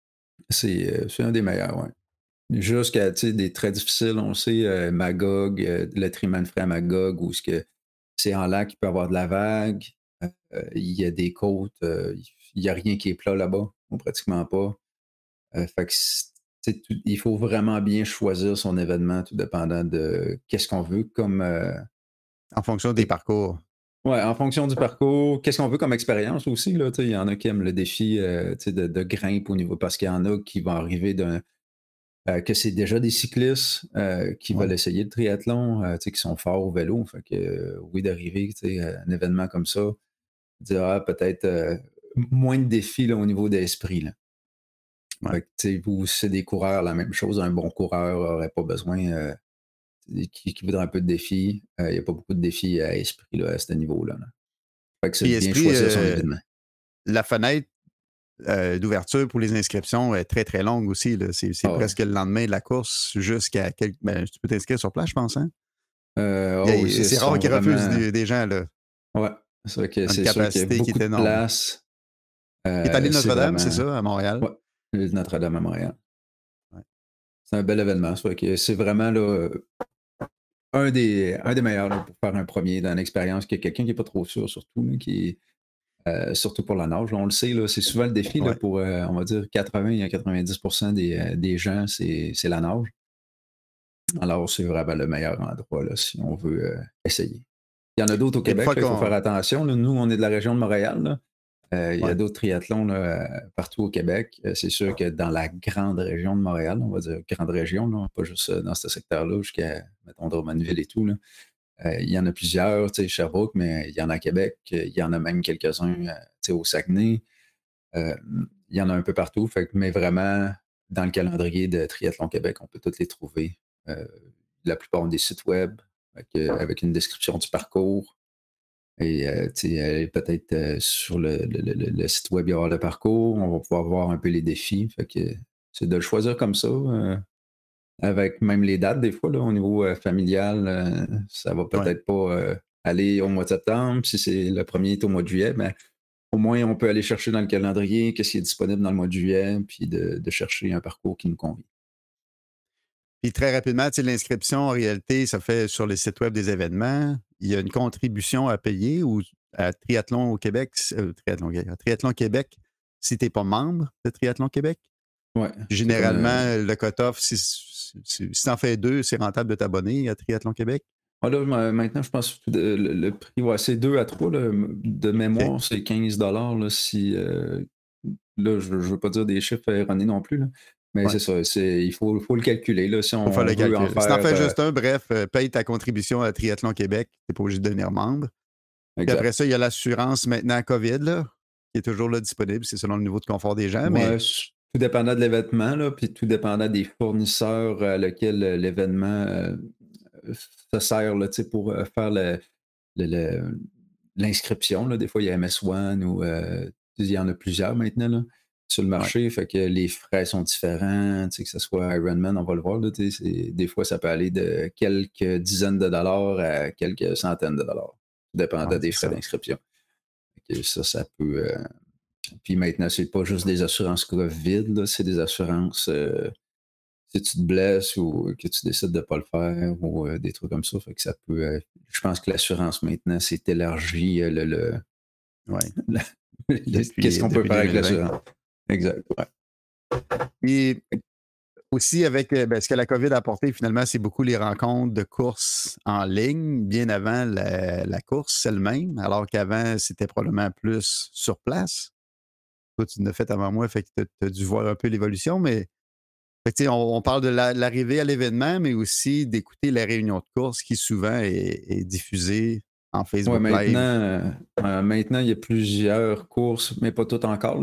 C'est un des meilleurs, ouais. Jusqu'à des très difficiles, on sait, Magog, le Triman Frère Magog, où c'est en lac, il peut y avoir de la vague. Il y a des côtes, il n'y a rien qui est plat là-bas, ou pratiquement pas. Fait que il faut vraiment bien choisir son événement, tout dépendant de qu'est-ce qu'on veut comme. En fonction des parcours. Ouais, en fonction du parcours, qu'est-ce qu'on veut comme expérience aussi, là, il y en a qui aiment le défi de grimpe au niveau, parce qu'il y en a qui vont arriver que c'est déjà des cyclistes qui Ouais. veulent essayer le triathlon, qui sont forts au vélo. Fait que, oui, d'arriver à un événement comme ça, dire peut-être moins de défis là, au niveau de l'esprit. Là. Ouais. Fait que, vous, c'est des coureurs, la même chose. Un bon coureur n'aurait pas besoin, qui voudrait un peu de défi. Il n'y a pas beaucoup de défis à esprit là, à ce niveau-là. Là. Fait que c'est Puis de bien esprit, choisir son événement. la fenêtre d'ouverture pour les inscriptions est très, très longue aussi, là. C'est Ah ouais. presque le lendemain de la course jusqu'à ben, tu peux t'inscrire sur place, je pense, hein? Oh, ils C'est rare sont qu'ils refusent vraiment. des gens, là. Ouais, c'est vrai que Une c'est sûr qu'il y a capacité qui beaucoup est de énorme. place. Il est allé C'est Notre-Dame, c'est vraiment. ça, à Montréal? Ouais, l'île Notre-Dame à Montréal. Ouais. C'est un bel événement. Ça fait que c'est vraiment là, un des meilleurs là, pour faire un premier dans l'expérience, qu'il y a quelqu'un qui n'est pas trop sûr, surtout, là, surtout pour la nage. Là, on le sait, là, c'est souvent le défi là, Ouais. pour, on va dire, 80 à 90% des gens, c'est la nage. Alors, c'est vraiment le meilleur endroit là, si on veut essayer. Il y en a d'autres au Puis une Québec, fois là, il faut faire qu'on. attention. Là. Nous, on est de la région de Montréal. Là. Il y a Ouais. d'autres triathlons là, partout au Québec. C'est sûr que dans la grande région de Montréal, on va dire grande région, là, pas juste dans ce secteur-là, jusqu'à, mettons, Drummondville et tout. Là. Il y en a plusieurs, tu sais, Sherbrooke, mais il y en a à Québec. Il y en a même quelques-uns tu sais, au Saguenay. Euh, il y en a un peu partout. Mais vraiment, dans le calendrier de Triathlon Québec, on peut toutes les trouver. La plupart ont des sites web avec une description du parcours. Et peut-être sur le site web, il y aura le parcours. On va pouvoir voir un peu les défis. Fait que c'est de le choisir comme ça, avec même les dates, des fois, là, au niveau familial, ça va Ouais. peut-être pas aller au mois de septembre. Si c'est le premier est au mois de juillet, mais au moins, on peut aller chercher dans le calendrier qu'est-ce qui est disponible dans le mois de juillet, puis de chercher un parcours qui nous convient. Puis très rapidement, tu sais, l'inscription, en réalité, ça fait sur les sites web des événements. Il y a une contribution à payer ou à Triathlon au Québec, Triathlon Québec, si tu n'es pas membre de Triathlon Québec. Ouais, c'est comme. Généralement, le cut-off, si tu en fais deux, c'est rentable de t'abonner à Triathlon Québec. Ah là, maintenant, je pense que le prix, ouais, c'est 2 à 3 là, de OK. mémoire, c'est 15 là, si. Là, je ne veux pas dire des chiffres erronés non plus, là, mais Ouais. c'est ça, faut le calculer. Là, si Faut faire on le veut en calcul. Si tu en faire. fais juste un, bref, paye ta contribution à Triathlon Québec. Tu n'es pas obligé de devenir membre. Puis après Exact. ça, il y a l'assurance maintenant COVID, là, qui est toujours là disponible. C'est selon le niveau de confort des gens, Ouais, mais tout dépendant de l'événement, là, puis tout dépendant des fournisseurs à lesquels l'événement se sert là, tu sais, pour faire le- le- l'inscription. Là. Des fois, il y a MS One ou il y en a plusieurs maintenant là, sur le ouais, marché. Fait que les frais sont différents. Tu sais, que ce soit Ironman, on va le voir. Là, tu sais, des fois, ça peut aller de quelques dizaines de dollars à quelques centaines de dollars, ouais, dépendant des c'est frais ça. d'inscription. que ça peut. Puis maintenant, c'est pas juste des assurances COVID, là, c'est des assurances si tu te blesses ou que tu décides de pas le faire ou des trucs comme ça. Fait que ça peut. Je pense que l'assurance maintenant, c'est élargi Ouais, qu'est-ce qu'on peut depuis faire avec 2020. l'assurance. Exact. Ouais. Et aussi, avec ce que la COVID a apporté, finalement, c'est beaucoup les rencontres de courses en ligne, bien avant la course elle-même, alors qu'avant, c'était probablement plus sur place. Toi, tu l'as fait avant moi, fait que tu as dû voir un peu l'évolution, mais fait que, tu sais, on parle de l'arrivée à l'événement, mais aussi d'écouter la réunion de course qui souvent est diffusée en Ouais, Facebook Live. maintenant, il y a plusieurs courses, mais pas toutes encore. Là,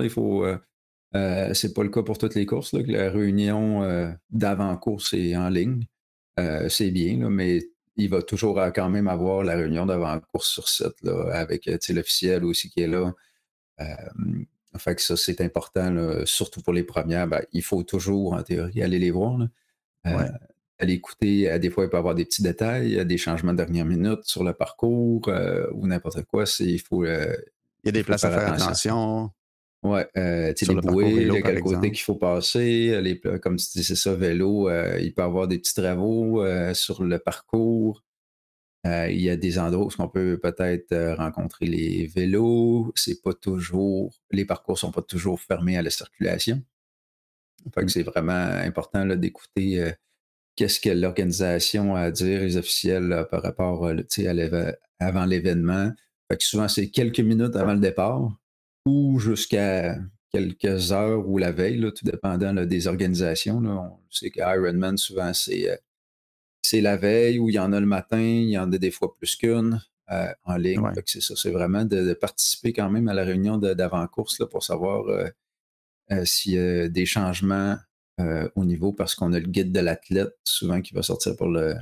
c'est pas le cas pour toutes les courses, là, que la réunion d'avant-course est en ligne. C'est bien, là, mais il va toujours quand même avoir la réunion d'avant-course sur site, là, avec tu sais, l'officiel aussi qui est là. Euh, Fait que ça, c'est important, là, surtout pour les premières. Ben, il faut toujours, en théorie, aller les voir. Là. Euh, Ouais. Aller écouter, des fois, il peut y avoir des petits détails, des changements de dernière minute sur le parcours ou n'importe quoi. Il y a Il des faut places à faire faire attention à ça. attention Ouais, tu sais, sur les le parcours bouées, vélo, là, par quel côté exemple. qu'il faut passer, comme tu dis, c'est ça, vélo, il peut y avoir des petits travaux sur le parcours. Il y a des endroits où on peut peut-être rencontrer les vélos. C'est pas toujours, les parcours sont pas toujours fermés à la circulation. Fait que Mm. c'est vraiment important là, d'écouter qu'est-ce que l'organisation a à dire, les officiels, là, par rapport tu sais, avant l'événement. Fait que souvent, c'est quelques minutes avant le départ ou jusqu'à quelques heures ou la veille, là, tout dépendant là, des organisations. Là. On sait qu'Ironman, souvent, c'est la veille ou il y en a le matin, il y en a des fois plus qu'une en ligne. Ouais. Fait que c'est ça, c'est vraiment de participer quand même à la réunion d'avant-course là, pour savoir s'il y a des changements au niveau, parce qu'on a le guide de l'athlète souvent qui va sortir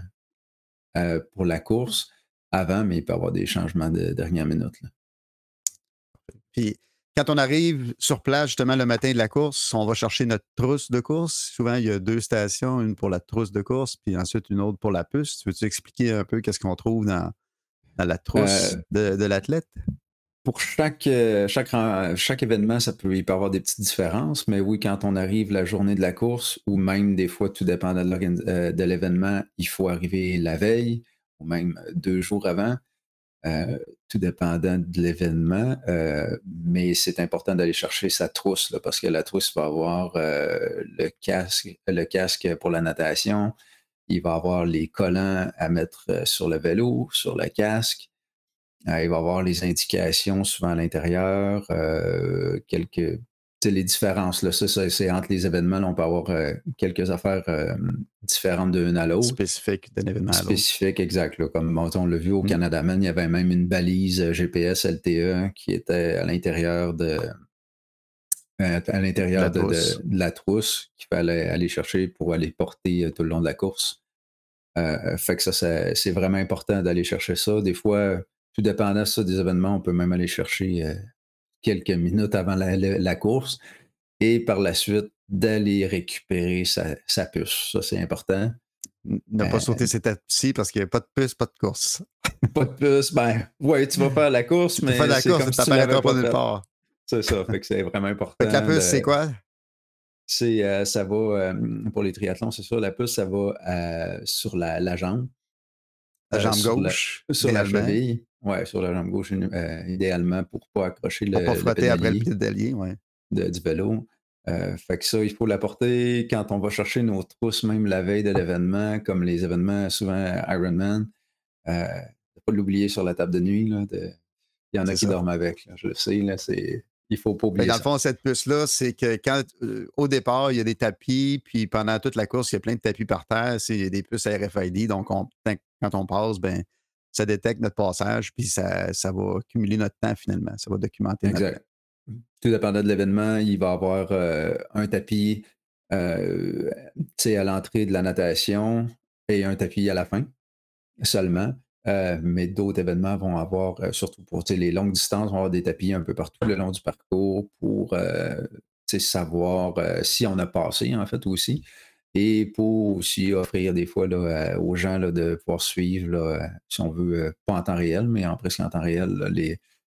pour la course avant, mais il peut y avoir des changements de dernière minute. Là. Puis quand on arrive sur place, justement, le matin de la course, on va chercher notre trousse de course. Souvent, il y a 2 stations, une pour la trousse de course, puis ensuite une autre pour la puce. Tu veux-tu expliquer un peu qu'est-ce qu'on trouve dans la trousse Euh, de l'athlète? pour chaque événement, il peut y avoir des petites différences, mais oui, quand on arrive la journée de la course, ou même des fois, tout dépendant de l'événement, il faut arriver la veille, ou même 2 jours avant. Tout dépendant de l'événement, mais c'est important d'aller chercher sa trousse, là, parce que la trousse va avoir le casque pour la natation, il va avoir les collants à mettre sur le vélo, sur le casque, il va avoir les indications souvent à l'intérieur, tu sais, les différences, là, ça, c'est entre les événements, là, on peut avoir quelques affaires différentes d'une à l'autre. Spécifique d'un événement à l'autre. Spécifique, exact. Là, comme bon, on l'a vu au Mm. Canada Man, il y avait même une balise GPS LTE qui était à La l'intérieur trousse. de la trousse qu'il fallait aller chercher pour aller porter tout le long de la course. Fait que c'est vraiment important d'aller chercher ça. Des fois, tout dépendant ça, des événements, on peut même aller chercher quelques minutes avant la course et par la suite d'aller récupérer sa puce. Ça, c'est important. Ne pas Euh, sauter cette étape-ci parce qu'il n'y a pas de puce, pas de course. Pas de puce, ben, ouais, tu vas faire la course, Tu peux faire de mais la c'est course, comme mais tu si tu l'avais n'apparaîtras pas pas nulle fait. part. C'est ça, fait que c'est vraiment Fait que la important puce, c'est quoi? ça va, pour les triathlons, c'est ça, la puce, ça va sur la jambe, La jambe sur la, gauche, sur la idéalement, cheville, ouais, sur la jambe gauche, idéalement, pour pas accrocher pour pas le frotter après le pédalier pédalier, ouais. du vélo. Fait que ça, il faut l'apporter quand on va chercher nos trousses, même la veille de l'événement, comme les événements souvent Ironman. Faut pas l'oublier sur la table de nuit, là, il y en a C'est qui ça. dorment avec. Là, je le sais, là, il faut pas Fait que oublier dans le ça. fond, cette puce-là, c'est que quand, au départ, il y a des tapis, puis pendant toute la course, il y a plein de tapis par terre, c'est des puces RFID. Donc, quand on passe, ben, ça détecte notre passage, puis ça va cumuler notre temps finalement. Ça va documenter notre temps. Exact. Tout dépendant de l'événement, il va y avoir un tapis tu sais, à l'entrée de la natation et un tapis à la fin seulement. Mais d'autres événements vont avoir, surtout pour tu sais, les longues distances, vont avoir des tapis un peu partout le long du parcours pour tu sais, savoir si on a passé, en fait, aussi. Et pour aussi offrir des fois là, aux gens là, de pouvoir suivre, là, si on veut, pas en temps réel, mais en presque en temps réel, là,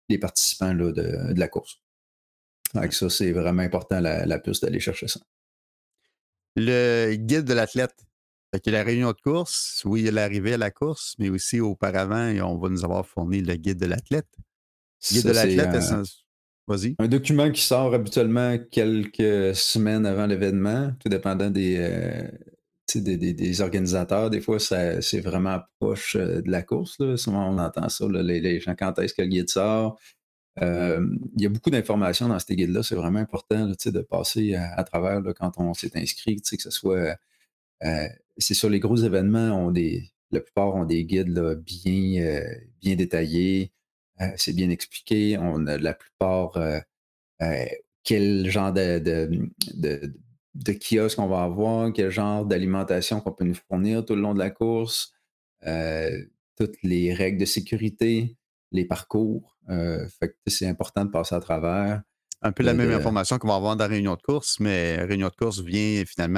les participants là, de la course. Donc ça, c'est vraiment important, la puce, d'aller chercher ça. Le guide de l'athlète. Fait qu'il y a la réunion de course, oui, il y a l'arrivée à la course, mais aussi auparavant, on va nous avoir fourni le guide de l'athlète. Le guide de Ça, c'est l'athlète, vas-y. un document qui sort habituellement quelques semaines avant l'événement, tout dépendant tu sais, des organisateurs. Des fois, c'est vraiment proche de la course. Là. Souvent, on entend ça, là, les gens, quand est-ce que le guide sort. Il y a beaucoup d'informations dans ces guides-là. C'est vraiment important là, tu sais, de passer à travers là, quand on s'est inscrit, tu sais, que ce soit. Euh, c'est sur les gros événements, la plupart ont des guides là, bien détaillés. C'est bien expliqué. On a la plupart. Euh, quel genre de, de kiosque on va avoir, quel genre d'alimentation qu'on peut nous fournir tout le long de la course, toutes les règles de sécurité, les parcours. Fait que c'est important de passer à travers. Un peu la même information qu'on va avoir dans la réunion de course, mais réunion de course vient finalement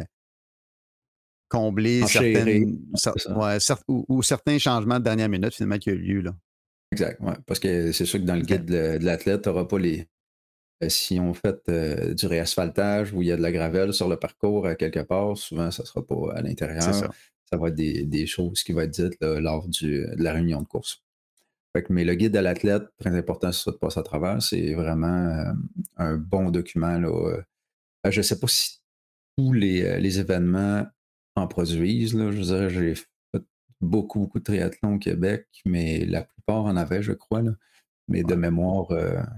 combler Enchérir, certaines, c'est ça. ouais, ou certains changements de dernière minute finalement qui ont eu lieu. Là. Exact, ouais. Parce que c'est sûr que dans le guide de l'athlète, tu n'auras pas si on fait du réasphaltage où il y a de la gravelle sur le parcours quelque part, souvent ça ne sera pas à C'est l'intérieur. ça. Ça va être des choses qui vont être dites là, lors de la réunion de course. Mais le guide de l'athlète, très important, c'est ça de passer à travers. C'est vraiment un bon document. Là, je ne sais pas si tous les événements en produisent. Là. Je veux dire, j'ai fait beaucoup, beaucoup de triathlons au Québec, mais la plupart en avaient, je crois. Là. Mais de Ouais. mémoire,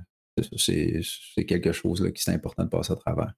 c'est quelque chose là, qui c'est important de passer à travers.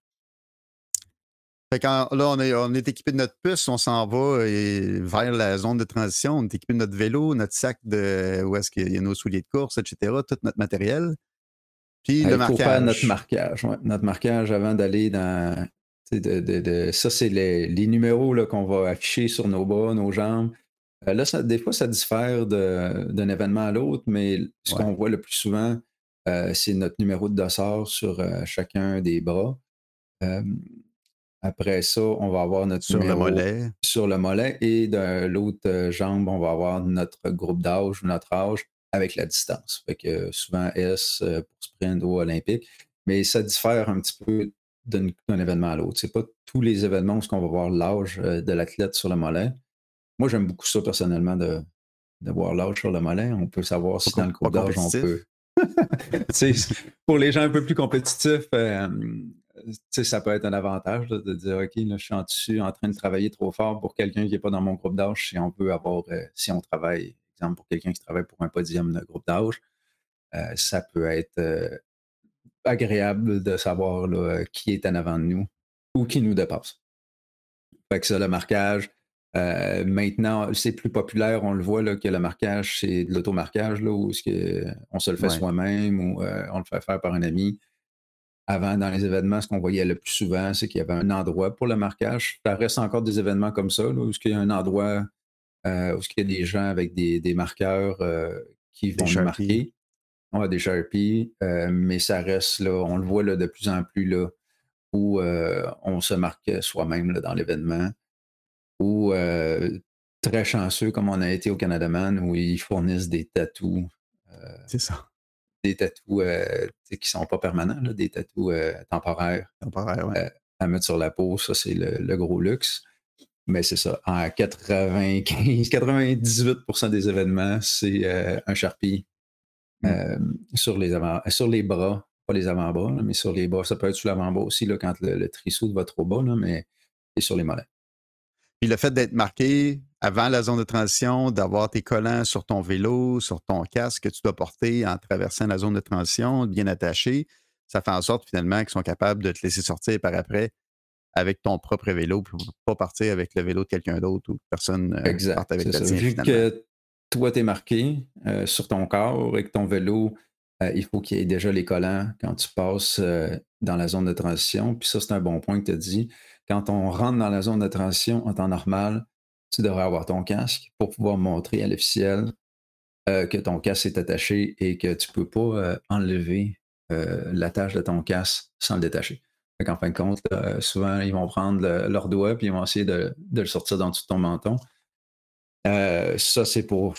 Fait quand, là, on est équipé de notre puce, on s'en va vers la zone de transition, on est équipé de notre vélo, notre sac où est-ce qu'il y a nos souliers de course, etc., tout notre matériel. Puis le Il faut faire notre marquage. marquage. Ouais. Notre marquage avant d'aller dans. Ça, c'est les numéros là, qu'on va afficher sur nos bras, nos jambes. Là, des fois, ça diffère d'un événement à l'autre, mais ce Ouais. qu'on voit le plus souvent, c'est notre numéro de dossard sur chacun des bras. Euh, Après ça, on va avoir notre Sur le numéro mollet. sur le mollet et de l'autre jambe, on va avoir notre groupe d'âge, notre âge avec la distance. Fait que souvent S pour sprint ou olympique, mais ça diffère un petit peu d'un événement à l'autre. C'est pas tous les événements où on va voir l'âge de l'athlète sur le mollet. Moi, j'aime beaucoup ça personnellement de voir l'âge sur le mollet. On peut savoir si dans le Pas groupe d'âge, on peut. compétitif. Tu sais, pour les gens un peu plus compétitifs, tu sais, ça peut être un avantage là, de dire OK, là, je suis en train de travailler trop fort pour quelqu'un qui n'est pas dans mon groupe d'âge. Si on peut avoir, si on travaille, exemple, pour quelqu'un qui travaille pour un podium de groupe d'âge, ça peut être agréable de savoir là, qui est en avant de nous ou qui nous dépasse. Fait que ça, le marquage. Maintenant, c'est plus populaire, on le voit là, que le marquage, c'est de l'automarquage, là, où on se le fait Ouais. soi-même ou on le fait faire par un ami. Avant, dans les événements, ce qu'on voyait le plus souvent, c'est qu'il y avait un endroit pour le marquage. Ça reste encore des événements comme ça, là, où il y a un endroit où il y a des gens avec des marqueurs qui Des vont nous Sharpies. marquer. On a des Sharpies, mais ça reste là, on le voit là, de plus en plus là, où on se marque soi-même là, dans l'événement. Ou très chanceux, comme on a été au Canada Man, où ils fournissent C'est ça. des tatous qui ne sont pas permanents, là, des tatous temporaires Temporaire, ouais. à mettre sur la peau. Ça, c'est le gros luxe. Mais c'est ça. En 98% des événements, c'est un Sharpie Mm. sur les bras, pas les avant-bras, là, mais sur les bras. Ça peut être sur l'avant-bras aussi là, quand le trissou va trop bas, là, mais c'est sur les mollets. Puis le fait d'être marqué avant la zone de transition, d'avoir tes collants sur ton vélo, sur ton casque que tu dois porter en traversant la zone de transition, bien attaché, ça fait en sorte finalement qu'ils sont capables de te laisser sortir par après avec ton propre vélo, pour pas partir avec le vélo de quelqu'un d'autre ou que personne parte Exact, avec c'est le ça. tien Vu finalement. que toi, tu es marqué sur ton corps et que ton vélo, il faut qu'il y ait déjà les collants quand tu passes dans la zone de transition. Puis ça, c'est un bon point que tu as dit. Quand on rentre dans la zone de transition en temps normal, tu devrais avoir ton casque pour pouvoir montrer à l'officiel que ton casque est attaché et que tu ne peux pas enlever l'attache de ton casque sans le détacher. En fin de compte, souvent, ils vont prendre leur doigt et ils vont essayer de le sortir dans dessous de ton menton. Ça, c'est pour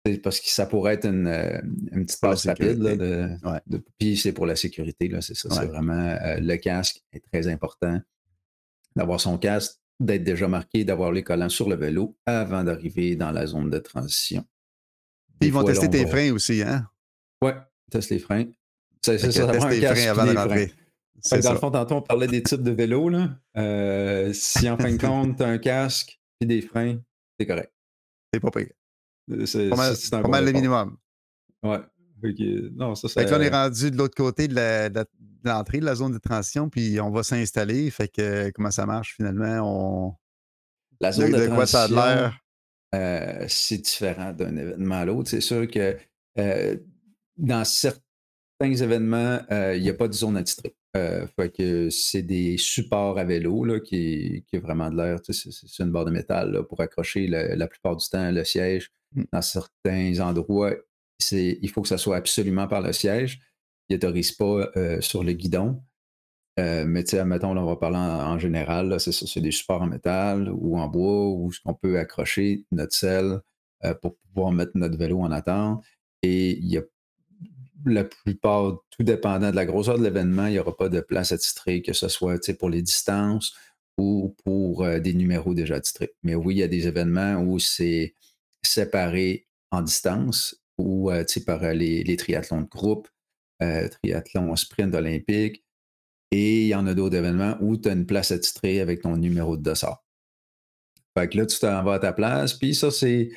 parce que ça pourrait être une petite Pour la passe rapide, là, sécurité. Ouais, puis c'est pour la sécurité, là, c'est ça. C'est ouais. vraiment le casque est très important. D'avoir son casque, d'être déjà marqué, d'avoir les collants sur le vélo avant d'arriver dans la zone de transition. Puis Des ils vont fois, là, tester on tes va. freins aussi, hein? Ouais, teste les freins. C'est Fait ça, que ça prend teste un tes freins casque puis avant de des freins. rentrer. Fait C'est que dans le ça. fond, tantôt, on parlait des types de vélos, là. Si en fin de compte, tu as un casque puis des freins, c'est correct. C'est pas pire. C'est un Pas bon mal le départ. minimum. Ouais. Fait que, non, Fait que là, on est ça. rendu de l'autre côté de l'entrée de la zone de transition, puis on va s'installer. Fait que comment ça marche finalement? La zone de De quoi ça a de transition, l'air? c'est différent d'un événement à l'autre. C'est sûr que euh, dans certains événements, il n'y a pas de zone attitrée. Fait que c'est des supports à vélo là, qui est vraiment de l'air. Tu sais, c'est une barre de métal là, pour accrocher la plupart du temps le siège. Mm. Dans certains endroits, il faut que ça soit absolument par le siège. Ils n'autorisent pas sur le guidon. Mais tu sais, admettons, là, on va parler en général, là, c'est ça, c'est des supports en métal ou en bois où on peut accrocher notre selle pour pouvoir mettre notre vélo en attente. Et il y a la plupart, tout dépendant de la grosseur de l'événement, il n'y aura pas de place attitrée, que ce soit tu sais, pour les distances ou pour des numéros déjà attitrés. Mais oui, il y a des événements où c'est séparé en distance ou tu sais, par les triathlons de groupe, triathlon sprint olympique. Et il y en a d'autres événements où tu as une place attitrée avec ton numéro de dossard. Fait que là, tu t'en vas à ta place. Puis ça, c'est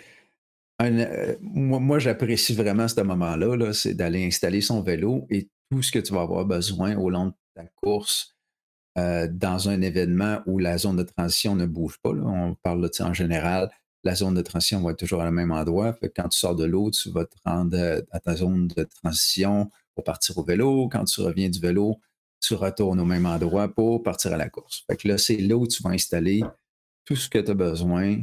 moi, j'apprécie vraiment ce moment-là, là, c'est d'aller installer son vélo et tout ce que tu vas avoir besoin au long de ta course dans un événement où la zone de transition ne bouge pas. Là. On parle là, tu sais, en général, la zone de transition va être toujours au même endroit. Fait que quand tu sors de l'eau, tu vas te rendre à ta zone de transition pour partir au vélo. Quand tu reviens du vélo, tu retournes au même endroit pour partir à la course. Fait que là, c'est là où tu vas installer tout ce que tu as besoin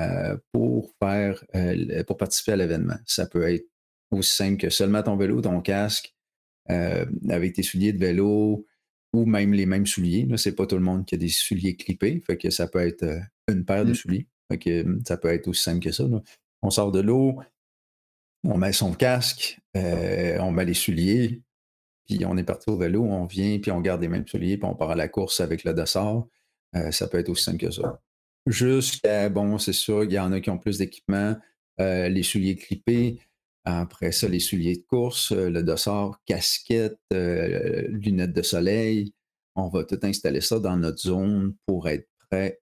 pour participer à l'événement. Ça peut être aussi simple que seulement ton vélo, ton casque, avec tes souliers de vélo ou même les mêmes souliers. Ce n'est pas tout le monde qui a des souliers clippés. Fait que ça peut être une paire de Mm. souliers. Fait que, ça peut être aussi simple que ça. Là. On sort de l'eau, on met son casque, on met les souliers, puis on est parti au vélo, on vient, puis on garde les mêmes souliers, puis on part à la course avec le dossard. Ça peut être aussi simple que ça. Jusqu'à, bon, c'est sûr, il y en a qui ont plus d'équipement, les souliers clippés, après ça, les souliers de course, le dossard, casquette, lunettes de soleil. On va tout installer ça dans notre zone pour être prêt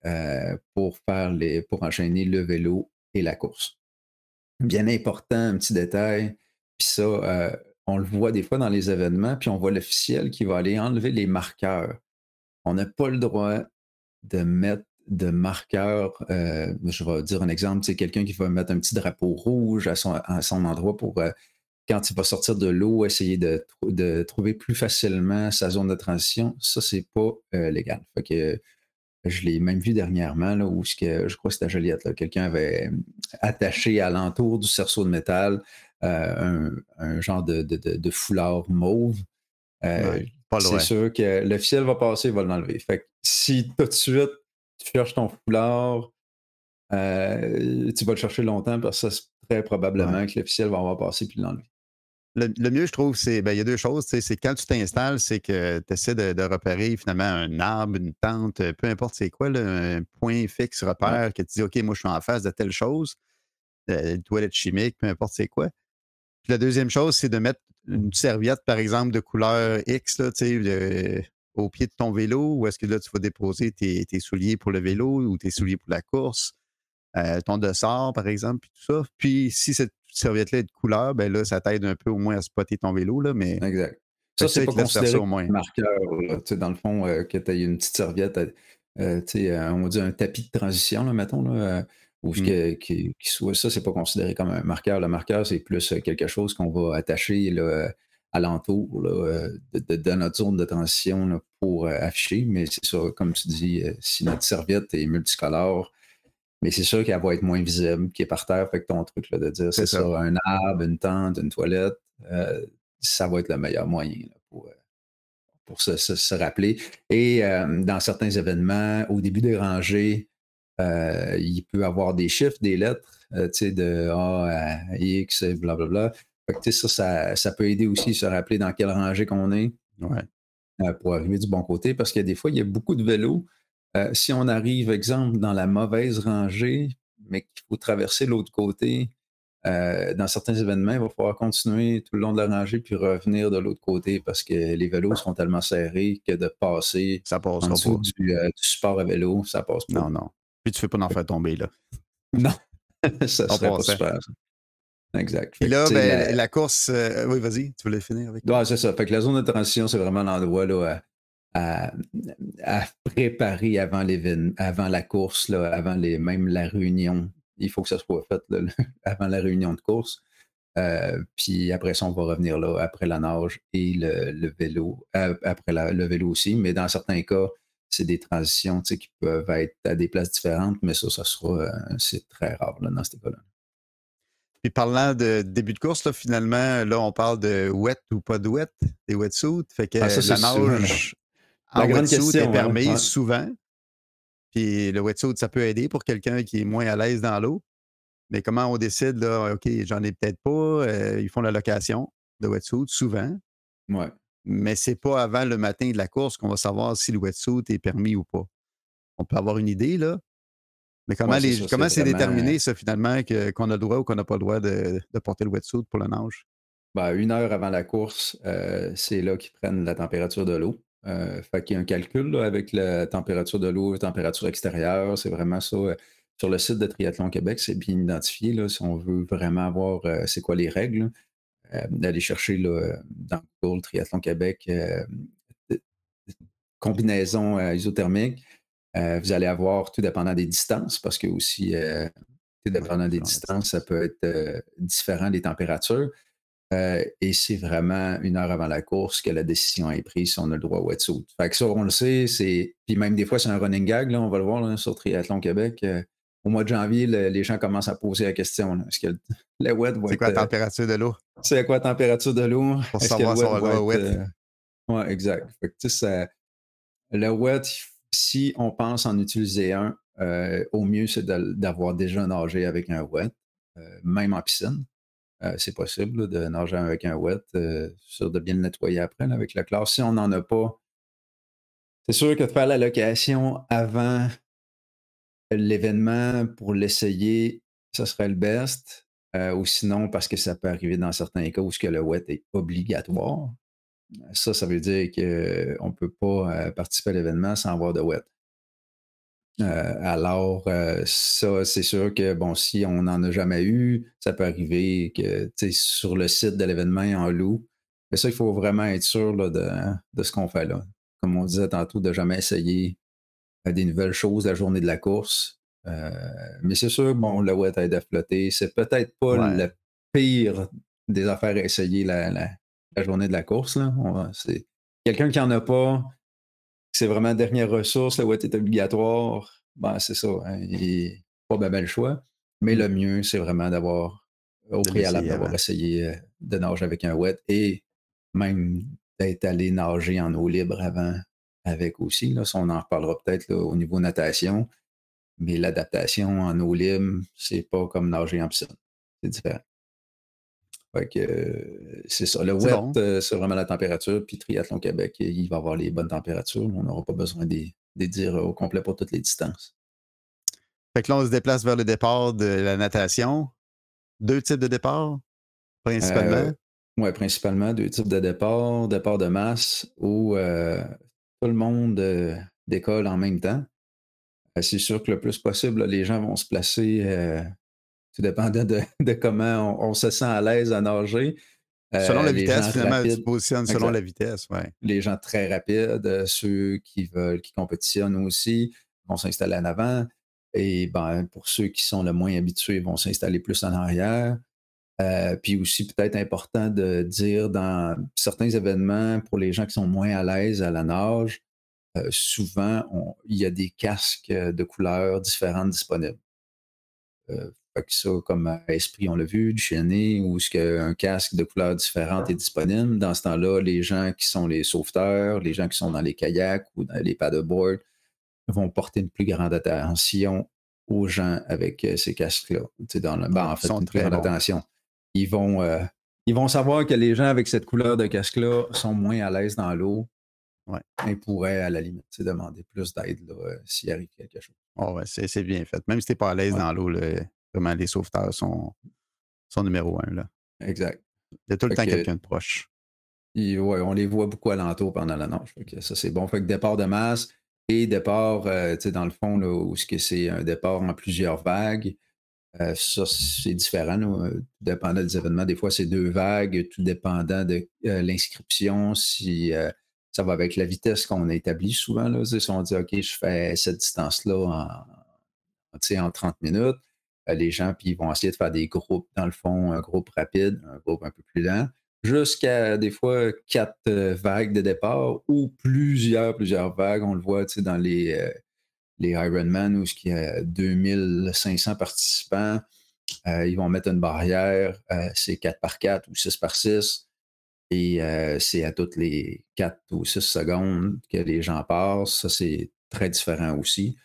pour enchaîner le vélo et la course. Bien important, un petit détail, puis ça, on le voit des fois dans les événements, puis on voit l'officiel qui va aller enlever les marqueurs. On n'a pas le droit de mettre de marqueurs. Je vais dire un exemple, c'est quelqu'un qui va mettre un petit drapeau rouge à son endroit pour, quand il va sortir de l'eau, essayer de trouver plus facilement sa zone de transition. Ça, c'est pas légal. Fait que je l'ai même vu dernièrement, là, où je crois que c'était à Joliette, là, quelqu'un avait attaché à l'entour du cerceau de métal un genre de foulard mauve. Ouais, Euh, pas c'est loin. sûr que l'officiel va passer, il va l'enlever. Fait que si tout de suite tu cherches ton foulard, tu vas le chercher longtemps parce que c'est très Ouais. probablement que l'officiel va avoir passé puis l'enlever. Le mieux, je trouve, il y a deux choses. C'est quand tu t'installes, c'est que tu essaies de repérer finalement un arbre, une tente, peu importe c'est quoi, là, un point fixe Ouais, repère que tu dis, OK, moi, je suis en face de telle chose, une toilette chimique, peu importe c'est quoi. Puis la deuxième chose, c'est de mettre une serviette, par exemple, de couleur X là, au pied de ton vélo, où est-ce que là, tu vas déposer tes souliers pour le vélo ou tes souliers pour la course, ton dossard, par exemple, puis tout ça. Puis si cette serviette-là est de couleur, ben là, ça t'aide un peu au moins à spotter ton vélo, là, mais exact. fait Ça, que ça, c'est ils pas te laissent faire ça considéré au moins. comme un marqueur. Là. Tu sais, dans le fond, que tu aies une petite serviette, tu sais, on va dire un tapis de transition, là, mettons, là, ou Mmh. qui soit ça, c'est pas considéré comme un marqueur. Le marqueur, c'est plus quelque chose qu'on va attacher là, alentour là, de notre zone de transition là, pour afficher. Mais c'est ça, comme tu dis, si notre serviette est multicolore, mais c'est sûr qu'elle va être moins visible, qui est par terre. Fait que ton truc là, de dire, C'est c'est ça, ça. un arbre, une tente, une toilette, ça va être le meilleur moyen là, pour se rappeler. Et dans certains événements, au début des rangées, Il peut avoir des chiffres, des lettres, tu sais, de A à X, et blablabla. Fait que, tu sais, ça peut aider aussi à se rappeler dans quelle rangée qu'on est Ouais. pour arriver du bon côté. Parce que des fois, il y a beaucoup de vélos. Si on arrive, exemple, dans la mauvaise rangée, mais qu'il faut traverser l'autre côté, dans certains événements, il va falloir continuer tout le long de la rangée puis revenir de l'autre côté parce que les vélos sont tellement serrés que de passer Ça en passera dessous pas. du support à vélo, ça passe pas. Non, non. Puis tu fais pas d'en faire tomber, là, Non, ça en serait pas passant. super. Exact. Puis Fait que, là, tu sais, ben, la course, oui, vas-y, tu voulais finir avec? ouais, c'est ça. Fait que la zone de transition, c'est vraiment l'endroit là, à, à préparer avant la course, là, même la réunion. Il faut que ça soit fait là, avant la réunion de course. Puis après ça, on va revenir là après la nage et le vélo, après le vélo aussi. Mais dans certains cas, c'est des transitions tu sais, qui peuvent être à des places différentes, mais ça sera, c'est très rare là, dans ces cas-là. Puis parlant de début de course, là, finalement, là, on parle de wet ou pas de wet, des wetsuits. Fait Ah, que ça, c'est la souvent nage en la grande wetsuit est question, hein? permise Ouais. souvent. Puis le wetsuit, ça peut aider pour quelqu'un qui est moins à l'aise dans l'eau. Mais comment on décide, là, OK, j'en ai peut-être pas. Ils font la location de wetsuit souvent, Ouais. mais c'est pas avant le matin de la course qu'on va savoir si le wetsuit est permis ou pas. On peut avoir une idée, là, mais Ouais, c'est ça, c'est comment c'est vraiment déterminé, ça, finalement, qu'on a le droit ou qu'on n'a pas le droit de porter le wetsuit pour la nage? ben, 1 heure avant la course, c'est là qu'ils prennent la température de l'eau. Fait qu'il y a un calcul là, avec la température de l'eau, la température extérieure. C'est vraiment ça. Sur le site de Triathlon Québec, c'est bien identifié. Là, si on veut vraiment voir c'est quoi les règles, d'aller chercher là, dans Google Triathlon Québec euh, combinaison isothermique. Vous allez avoir, tout dépendant des distances, parce que aussi, tout Oui, dépendant des selon la distances, ça distance. peut être différent des températures. Et c'est vraiment 1 heure avant la course que la décision est prise si on a le droit au wetsuit. Fait que ça, on le sait, puis même des fois, c'est un running gag, là, on va le voir là, sur Triathlon Québec. Au mois de janvier, les gens commencent à poser la question, là, est-ce que le wet va C'est quoi être... la température de l'eau c'est quoi la température de l'eau? pour Est-ce que le savoir si wet on a le va droit au être... wet? Ouais, exact. Fait que, tu sais, le wet, si on pense en utiliser un, au mieux, c'est d'avoir déjà nagé avec un wet, même en piscine. C'est possible là, de nager avec un wet, sûr de bien le nettoyer après là, avec la classe. Si on n'en a pas, c'est sûr que de faire la location avant l'événement pour l'essayer, ça serait le best. Ou sinon, parce que ça peut arriver dans certains cas où ce que le wet est obligatoire. Ça veut dire qu'on ne peut pas participer à l'événement sans avoir de wet. Alors, ça, c'est sûr que, bon, si on n'en a jamais eu, ça peut arriver que, tu sais, sur le site de l'événement, en loue. Mais ça, il faut vraiment être sûr là, de ce qu'on fait là. Comme on disait tantôt, de jamais essayer des nouvelles choses la journée de la course. Euh, mais c'est sûr, bon, le wet aide à flotter. C'est peut-être pas Ouais. le pire des affaires à essayer la journée de la course. Là. C'est quelqu'un qui en a pas, c'est vraiment dernière ressource, le wet est obligatoire, ben c'est ça, hein, et pas ben le choix. Mais Mmh. le mieux, c'est vraiment d'avoir, au De préalable, l'essayer d'avoir avant. essayé de nager avec un wet et même d'être allé nager en eau libre avant avec aussi. Là, ça, on en reparlera peut-être là, au niveau natation, mais l'adaptation en eau libre, c'est pas comme nager en piscine. C'est différent. Fait que, c'est ça. Le C'est wet, bon. c'est vraiment la température. Puis Triathlon Québec, il va avoir les bonnes températures. On n'aura pas besoin de dire au complet pour toutes les distances. Fait que là, on se déplace vers le départ de la natation. 2 types de départ, Euh, principalement. ouais, principalement 2 types de départ. Départ de masse où tout le monde décolle en même temps. C'est sûr que le plus possible, là, les gens vont se placer, tout dépendant de comment on se sent à l'aise à nager. Selon la Les vitesse, gens finalement, tu te rapides, positionnes selon la exact. vitesse, ouais. Les gens très rapides, ceux qui compétitionnent aussi, vont s'installer en avant. Et ben, pour ceux qui sont le moins habitués, vont s'installer plus en arrière. Puis aussi, peut-être important de dire dans certains événements, pour les gens qui sont moins à l'aise à la nage, souvent, il y a des casques de couleurs différentes disponibles. Fait que ça, comme à Esprit, on l'a vu, du Chénet, où ce qu'un casque de couleurs différentes est disponible. Dans ce temps-là, les gens qui sont les sauveteurs, les gens qui sont dans les kayaks ou dans les paddleboards vont porter une plus grande attention aux gens avec ces casques-là. En fait, Ils sont une plus très grande bons. attention. Ils vont savoir que les gens avec cette couleur de casque-là sont moins à l'aise dans l'eau Ouais. et pourraient, à la limite, demander plus d'aide s'il arrive quelque chose. Oh, ouais, c'est bien fait. Même si t'es pas à l'aise Ouais, dans l'eau, vraiment, les sauveteurs sont numéro un, là. exact. Il y a tout le Fait temps que, quelqu'un de proche. ouais, on les voit beaucoup alentour pendant la nage. Fait que ça, c'est bon. Fait que départ de masse et départ, dans le fond, là, où c'est un départ en plusieurs vagues. Ça, c'est différent, là, tout dépendant des événements. Des fois, c'est 2 vagues, tout dépendant de l'inscription, si ça va avec la vitesse qu'on a établie souvent. Là, si on dit, OK, je fais cette distance-là en 30 minutes, les gens puis ils vont essayer de faire des groupes, dans le fond, un groupe rapide, un groupe un peu plus lent, jusqu'à des fois 4 vagues de départ ou plusieurs vagues. On le voit dans les Ironman où il y a 2500 participants. Ils vont mettre une barrière, c'est 4 par 4 ou 6 par 6. Et c'est à toutes les 4 ou 6 secondes que les gens passent. Ça, c'est très différent aussi.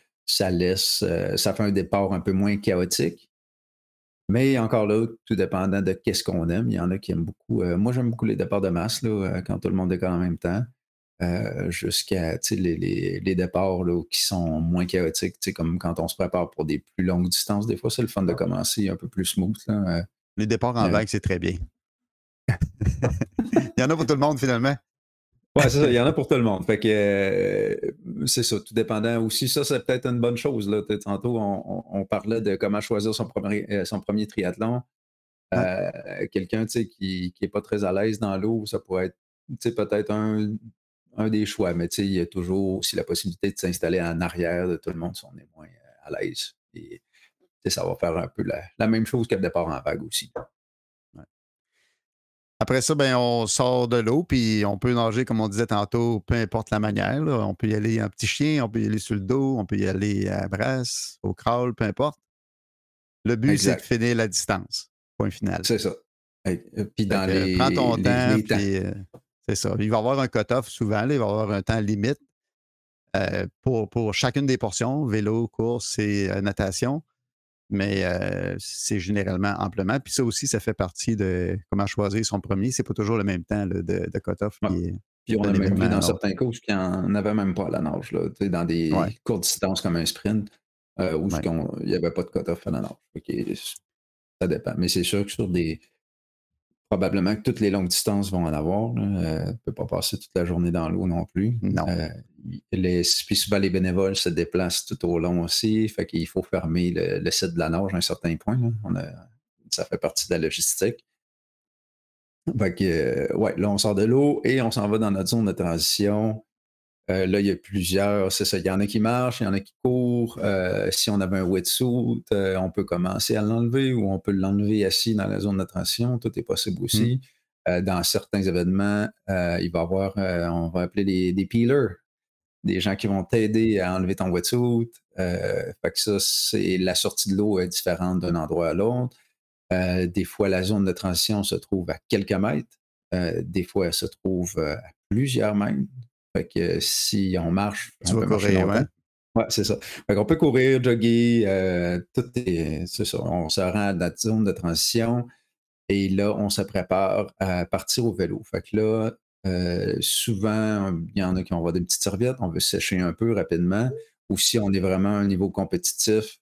Ça fait un départ un peu moins chaotique. Mais encore là, tout dépendant de qu'est-ce qu'on aime. Il y en a qui aiment beaucoup. Moi, j'aime beaucoup les départs de masse, là, quand tout le monde décolle en même temps. Jusqu'à les départs là, qui sont moins chaotiques, comme quand on se prépare pour des plus longues distances. Des fois, c'est le fun de commencer un peu plus smooth. Là. Les départs en Euh, vague, c'est très bien. Il y en a pour tout le monde, finalement. ouais, c'est ça, il y en a pour tout le monde. Fait que c'est ça, tout dépendant aussi. Ça, c'est peut-être une bonne chose. Là. Tantôt, on parlait de comment choisir son premier triathlon. Ouais. Quelqu'un qui n'est pas très à l'aise dans l'eau, ça pourrait être peut-être un des choix, mais il y a toujours aussi la possibilité de s'installer en arrière de tout le monde si on est moins à l'aise. Et ça va faire un peu la même chose que le départ en vague aussi. Ouais. Après ça, ben, on sort de l'eau, puis on peut nager, comme on disait tantôt, peu importe la manière, là. On peut y aller en petit chien, on peut y aller sur le dos, on peut y aller à la brasse, au crawl, peu importe. Le but, c'est de Exact. finir la distance. Point final. C'est ça. Puis Fait dans que prends ton temps, les temps. puis c'est ça. Il va y avoir un cut-off souvent, là, il va y avoir un temps limite pour chacune des portions, vélo, course et natation. Mais c'est généralement amplement. Puis ça aussi, ça fait partie de comment choisir son premier. C'est pas toujours le même temps là, de cut-off Ouais. Puis on d'un a même événement vu à dans un autre. certains coachs qu'il n'y en avait même pas à la nage, là, dans Ouais, des courtes distances comme un sprint, où ouais. il n'y avait pas de cut-off à la nage. Fait que ça dépend. Mais c'est sûr que probablement que toutes les longues distances vont en avoir. Là. On ne peut pas passer toute la journée dans l'eau non plus. Non. Puis souvent, les bénévoles se déplacent tout au long aussi. Fait qu'il faut fermer le site de la nage à un certain point. Là. Ça fait partie de la logistique. Fait que, ouais, là, on sort de l'eau et on s'en va dans notre zone de transition. Là, il y a plusieurs, c'est ça, il y en a qui marchent, il y en a qui courent. Si on avait un wetsuit, on peut commencer à l'enlever ou on peut l'enlever assis dans la zone de transition. Tout est possible Hmm. aussi. Dans certains événements, il va y avoir, on va appeler des peelers, des gens qui vont t'aider à enlever ton wetsuit. Fait que ça, c'est la sortie de l'eau est différente d'un endroit à l'autre. Des fois, la zone de transition se trouve à quelques mètres. Des fois, elle se trouve à plusieurs mètres. Fait que si on marche, Tu on vas peut marcher courir, longtemps. ouais. Ouais, c'est ça. Fait qu'on peut courir, jogger, c'est ça. On se rend à notre zone de transition et là, on se prépare à partir au vélo. Fait que là, souvent, il y en a qui vont avoir des petites serviettes, on veut sécher un peu rapidement. Ou si on est vraiment à un niveau compétitif,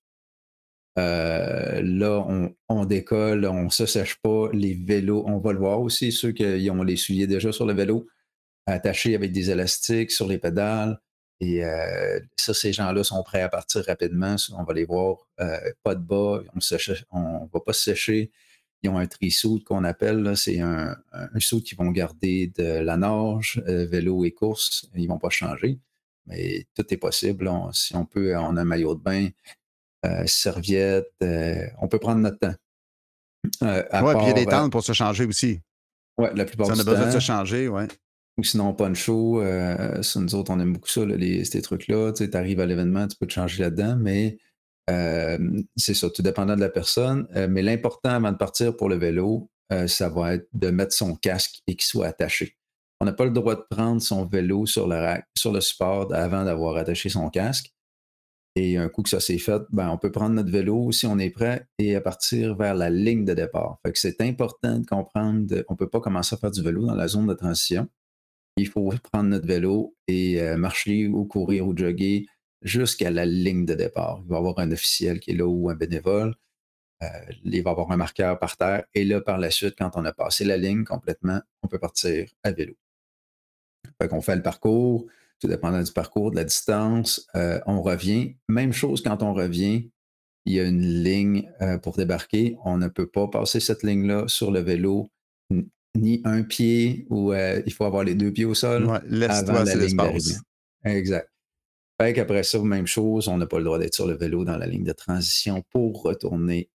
là, on décolle, on ne se sèche pas. Les vélos, on va le voir aussi, ceux qui ont les souliers déjà sur le vélo, attachés avec des élastiques sur les pédales. Et ça, ces gens-là sont prêts à partir rapidement. On va les voir, pas de bas, on ne va pas se sécher. Ils ont un tri-suit qu'on appelle, là, c'est un suit qu'ils vont garder de la nage, vélo et course. Ils ne vont pas changer. Mais tout est possible. Si on peut, on a un maillot de bain, serviette, on peut prendre notre temps. À Ouais, puis il y a des part, tentes pour se changer aussi. ouais, la plupart Si on du a besoin de se temps, changer, ouais. ou sinon poncho, ça, nous autres, on aime beaucoup ça, là, ces trucs-là. Tu arrives à l'événement, tu peux te changer là-dedans, mais c'est ça, tout dépendant de la personne. Mais l'important avant de partir pour le vélo, ça va être de mettre son casque et qu'il soit attaché. On n'a pas le droit de prendre son vélo sur le rack, sur le support avant d'avoir attaché son casque. Et un coup que ça s'est fait, ben, on peut prendre notre vélo si on est prêt et partir vers la ligne de départ. Fait que c'est important de comprendre, on ne peut pas commencer à faire du vélo dans la zone de transition. Il faut prendre notre vélo et marcher ou courir ou jogger jusqu'à la ligne de départ. Il va y avoir un officiel qui est là ou un bénévole. Il va y avoir un marqueur par terre. Et là, par la suite, quand on a passé la ligne complètement, on peut partir à vélo. Fait qu'on fait le parcours, tout dépendant du parcours, de la distance. On revient. Même chose quand on revient, il y a une ligne pour débarquer. On ne peut pas passer cette ligne-là sur le vélo, ni un pied, ou il faut avoir les deux pieds au sol Ouais, avant laisse-toi la assez ligne d'arrivée. d'espace. Exact. Fait qu'après ça, même chose, on n'a pas le droit d'être sur le vélo dans la ligne de transition pour retourner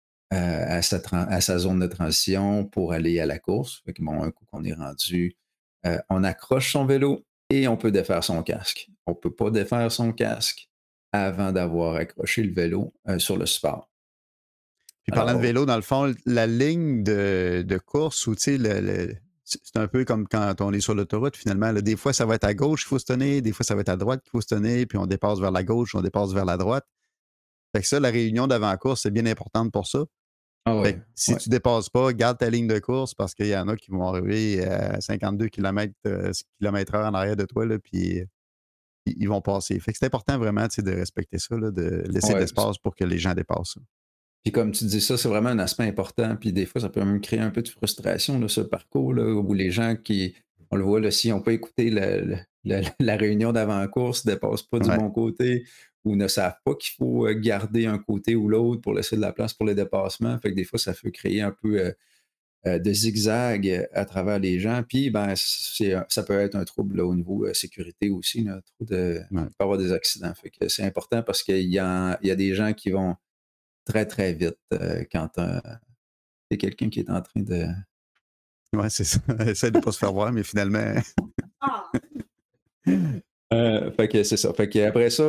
à sa zone de transition pour aller à la course. Fait que bon, un coup qu'on est rendu, on accroche son vélo et on peut défaire son casque. On ne peut pas défaire son casque avant d'avoir accroché le vélo sur le support. Puis parlant de Alors, vélo, dans le fond, la ligne de course où, tu sais, c'est un peu comme quand on est sur l'autoroute, finalement. Là, des fois, ça va être à gauche qu'il faut se tenir, des fois, ça va être à droite qu'il faut se tenir, puis on dépasse vers la gauche, on dépasse vers la droite. Fait que ça, la réunion d'avant-course, c'est bien importante pour ça. ah Fait que ouais, si ouais, tu dépasses pas, garde ta ligne de course parce qu'il y en a qui vont arriver à 52 km/h en arrière de toi, là, puis ils vont passer. Fait que c'est important vraiment, tu sais, de respecter ça, là, de laisser de ouais. l'espace pour que les gens dépassent. Puis comme tu dis ça, c'est vraiment un aspect important. Puis des fois, ça peut même créer un peu de frustration, là, ce parcours, là, où les gens qui, on le voit, là, si on peut écouter la réunion d'avant-course, ne dépassent pas du Ouais. bon côté ou ne savent pas qu'il faut garder un côté ou l'autre pour laisser de la place pour les dépassements. Fait que des fois, ça peut créer un peu de zigzag à travers les gens. Puis, ben, ça peut être un trouble là, au niveau sécurité aussi. Là, Ouais. il peut y avoir des accidents. Fait que c'est important parce il y a des gens qui vont très, très vite quand c'est quelqu'un qui est en train de. Ouais, c'est ça. Essaye de pas se faire voir, mais finalement. Fait que c'est ça. Fait que après ça,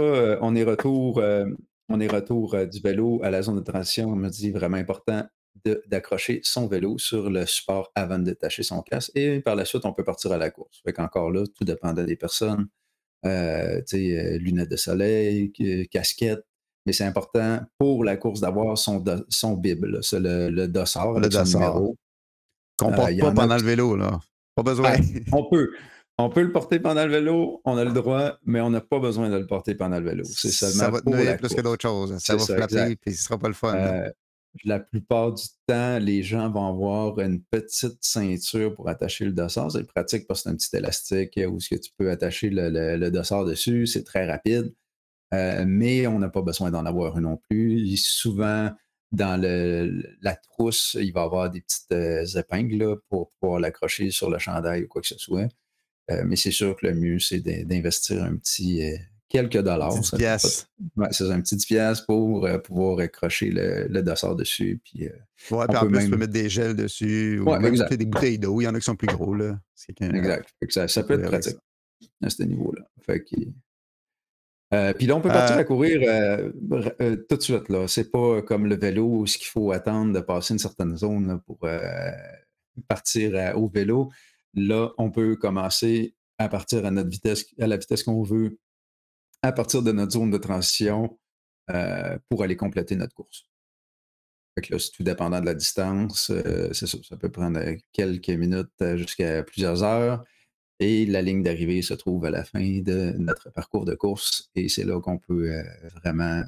on est retour du vélo à la zone de transition. On me dit vraiment important d'accrocher son vélo sur le support avant de détacher son casque. Et par la suite, on peut partir à la course. Fait qu'encore là, tout dépendant des personnes. Tu sais, lunettes de soleil, casquette. Mais c'est important pour la course d'avoir son bib, là. C'est le dossard Le avec son dossard. numéro. Qu'on Il porte y pas en a pendant le qui vélo, là. Pas besoin. ah, on peut. On peut le porter pendant le vélo, on a le droit, mais on n'a pas besoin de le porter pendant le vélo. C'est Ça seulement va te pour nuire la plus que course. d'autres choses. Ça C'est va ça, exact. flapper, puis ce sera pas le fun. Euh, la plupart du temps, les gens vont avoir une petite ceinture pour attacher le dossard. C'est pratique parce que c'est un petit élastique où ce que tu peux attacher le dossard dessus. C'est très rapide. Mais on n'a pas besoin d'en avoir une non plus. Souvent, dans la trousse, il va y avoir des petites épingles là, pour pouvoir l'accrocher sur le chandail ou quoi que ce soit. Mais c'est sûr que le mieux, c'est d'investir un petit quelques dollars. 10 Ça coûte pas. piastres. Ouais, c'est un petit 10 piastres pour pouvoir accrocher le dossard dessus. Puis Ouais, on puis en peut plus, tu peux même. mettre des gels dessus ou Ouais, même tu exact. sais, des bouteilles d'eau. Il y en a qui sont plus gros, là. C'est quelqu'un Exact. Fait que ça peut peut être courir avec ça. pratique à ce niveau-là. Fait que, puis là, on peut partir Euh, à courir tout de suite. Là. C'est pas comme le vélo où il faut attendre de passer une certaine zone là, pour partir au vélo. Là, on peut commencer à partir à notre vitesse, à la vitesse qu'on veut, à partir de notre zone de transition pour aller compléter notre course. Fait que là, c'est tout dépendant de la distance. C'est ça, ça peut prendre quelques minutes jusqu'à plusieurs heures. Et la ligne d'arrivée se trouve à la fin de notre parcours de course. Et c'est là qu'on peut vraiment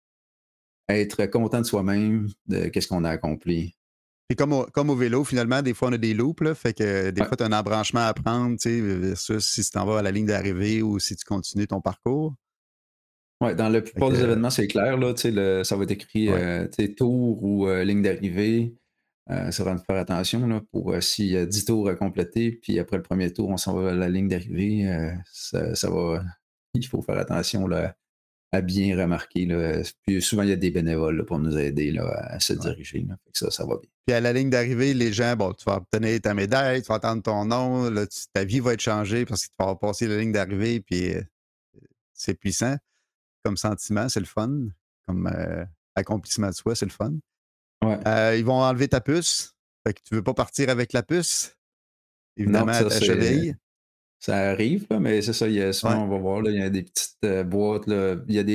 être content de soi-même, de qu'est-ce qu'on a accompli. Puis comme au vélo, finalement, des fois, on a des loops, là. Fait que des Ouais, fois, tu as un embranchement à prendre, tu sais, versus si tu t'en vas à la ligne d'arrivée ou si tu continues ton parcours. ouais, dans la Fait plupart des que, événements, c'est clair, là, tu sais, ça va être écrit ouais. tu sais, tour ou ligne d'arrivée. Ça va faire attention là, pour s'il y a 10 tours à compléter, puis après le premier tour, on s'en va à la ligne d'arrivée. Ça va. Il faut faire attention là, à bien remarquer. Là. Puis souvent, il y a des bénévoles là, pour nous aider là, à se Ouais. diriger. Là. Fait que ça va bien. Puis à la ligne d'arrivée, les gens, bon, tu vas obtenir ta médaille, tu vas entendre ton nom, là, ta vie va être changée parce que tu vas passer la ligne d'arrivée, puis c'est puissant comme sentiment, c'est le fun. Comme accomplissement de soi, c'est le fun. Ouais. Ils vont enlever ta puce. Fait que tu veux pas partir avec la puce, Non, évidemment, à ça, ta c'est. cheville. Ça arrive, là, mais c'est ça, il y a Ouais. souvent, on va voir, là, il y a des petites boîtes, là, il y a des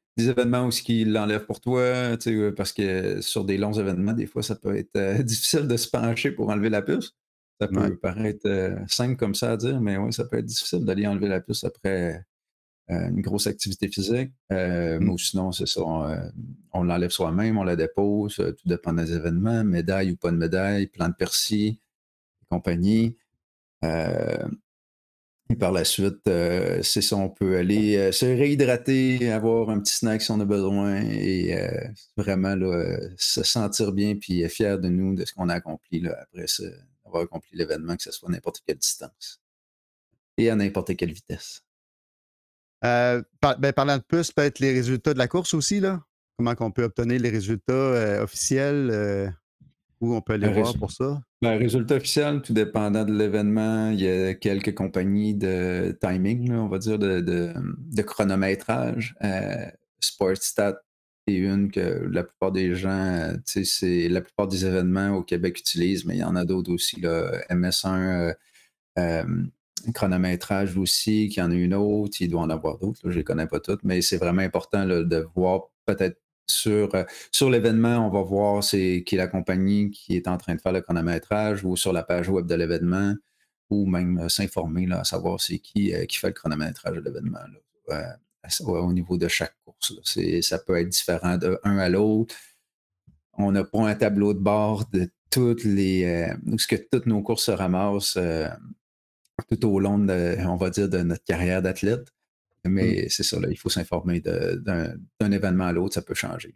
des événements où ils l'enlèvent pour toi, parce que sur des longs événements, des fois, ça peut être difficile de se pencher pour enlever la puce. Ça Ouais. peut paraître simple comme ça à dire, mais oui, ça peut être difficile d'aller enlever la puce après une grosse activité physique. Mm. Ou sinon, c'est ça, on l'enlève soi-même, on la dépose, tout dépend des événements, médaille ou pas de médaille, plan de persil, compagnie. Euh, et par la suite, c'est ça, on peut aller se réhydrater, avoir un petit snack si on a besoin et vraiment là, se sentir bien puis fier de nous, de ce qu'on a accompli là, après avoir accompli l'événement, que ce soit à n'importe quelle distance et à n'importe quelle vitesse. Parlant de plus, peut-être les résultats de la course aussi, là. Comment qu'on peut obtenir les résultats officiels, où on peut aller Un voir rés- pour ça? Ben, résultat officiel, tout dépendant de l'événement, il y a quelques compagnies de timing, là, on va dire, de chronométrage. Sportstat est une que la plupart des gens, c'est la plupart des événements au Québec utilisent, mais il y en a d'autres aussi. Là, MS1, euh, chronométrage aussi, qu'il y en a une autre, il doit en avoir d'autres, là, je ne les connais pas toutes, mais c'est vraiment important là, de voir peut-être sur l'événement, on va voir c'est qui est la compagnie qui est en train de faire le chronométrage ou sur la page web de l'événement ou même s'informer là, à savoir c'est qui fait le chronométrage de l'événement là, au niveau de chaque course. Là. Ça peut être différent de un à l'autre. On n'a pas un tableau de bord de toutes les où ce que toutes nos courses se ramassent tout au long de, on va dire, de notre carrière d'athlète. Mm. Mais c'est ça, là, il faut s'informer d'un événement à l'autre, ça peut changer.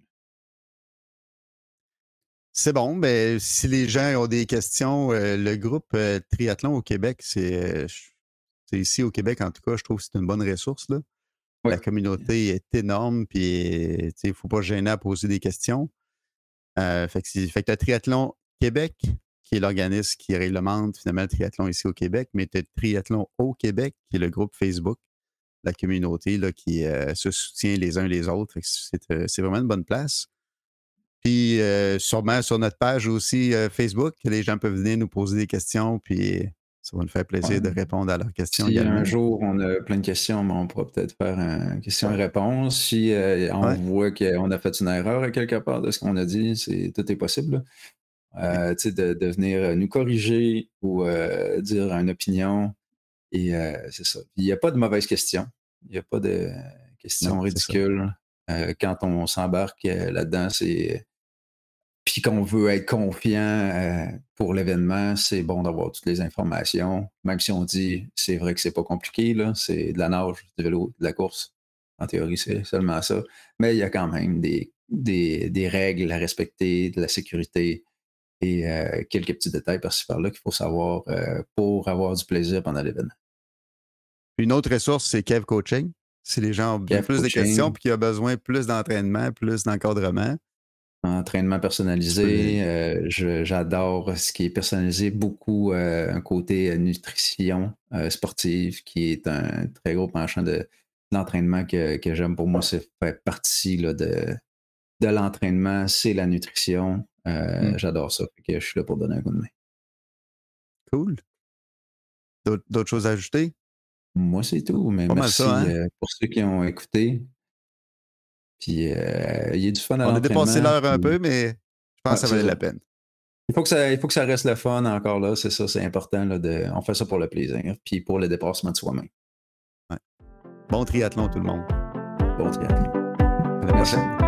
C'est bon, mais si les gens ont des questions, le groupe Triathlon au Québec, c'est ici au Québec, en tout cas, je trouve que c'est une bonne ressource, là. Oui. La communauté est énorme, puis il ne faut pas se gêner à poser des questions. Fait que tu as Triathlon Québec, qui est l'organisme qui réglemente finalement le triathlon ici au Québec, mais tu as Triathlon au Québec, qui est le groupe Facebook, la communauté là, qui se soutient les uns les autres. Fait que c'est vraiment une bonne place. Puis sûrement sur notre page aussi Facebook, les gens peuvent venir nous poser des questions, puis ça va nous faire Ouais. plaisir de répondre à leurs questions Si un également. jour on a plein de questions, ben, on pourra peut-être faire une question et réponse. Si on Ouais. voit qu'on a fait une erreur à quelque part de ce qu'on a dit, tout est possible. De venir nous corriger ou dire une opinion. Et c'est ça. Puis il n'y a pas de mauvaises questions. Il n'y a pas de Non, questions c'est ça. ridicules. Quand on s'embarque là-dedans, puis qu'on veut être confiant pour l'événement, c'est bon d'avoir toutes les informations. Même si on dit, c'est vrai que c'est pas compliqué, là, c'est de la nage, du vélo, de la course. En théorie, c'est seulement ça. Mais il y a quand même des règles à respecter, de la sécurité et quelques petits détails par-ci par-là qu'il faut savoir pour avoir du plaisir pendant l'événement. Une autre ressource, c'est Kev Coaching. Si les gens ont bien Cave plus de questions coaching, puis qu'il y a besoin plus d'entraînement, plus d'encadrement, entraînement tu peux. personnalisé, j'adore ce qui est personnalisé, beaucoup un côté nutrition sportive qui est un très gros penchant de l'entraînement que j'aime. Pour moi, c'est fait partie là, de l'entraînement, c'est la nutrition. Hmm, J'adore ça. Fait que je suis là pour donner un coup de main. cool. D'autres choses à ajouter? Moi, c'est tout, mais Pas mal ça, merci hein? pour ceux qui ont écouté. Puis il y a du fun à On a dépassé l'entraînement. l'heure un Puis, peu, mais je pense ouais, que ça c'est valait ça. la peine. Il faut que ça reste le fun encore là, c'est ça, c'est important. Là, on fait ça pour le plaisir, puis pour le dépassement de soi-même. Ouais. Bon triathlon, tout le monde. Bon triathlon. À la Merci. prochaine.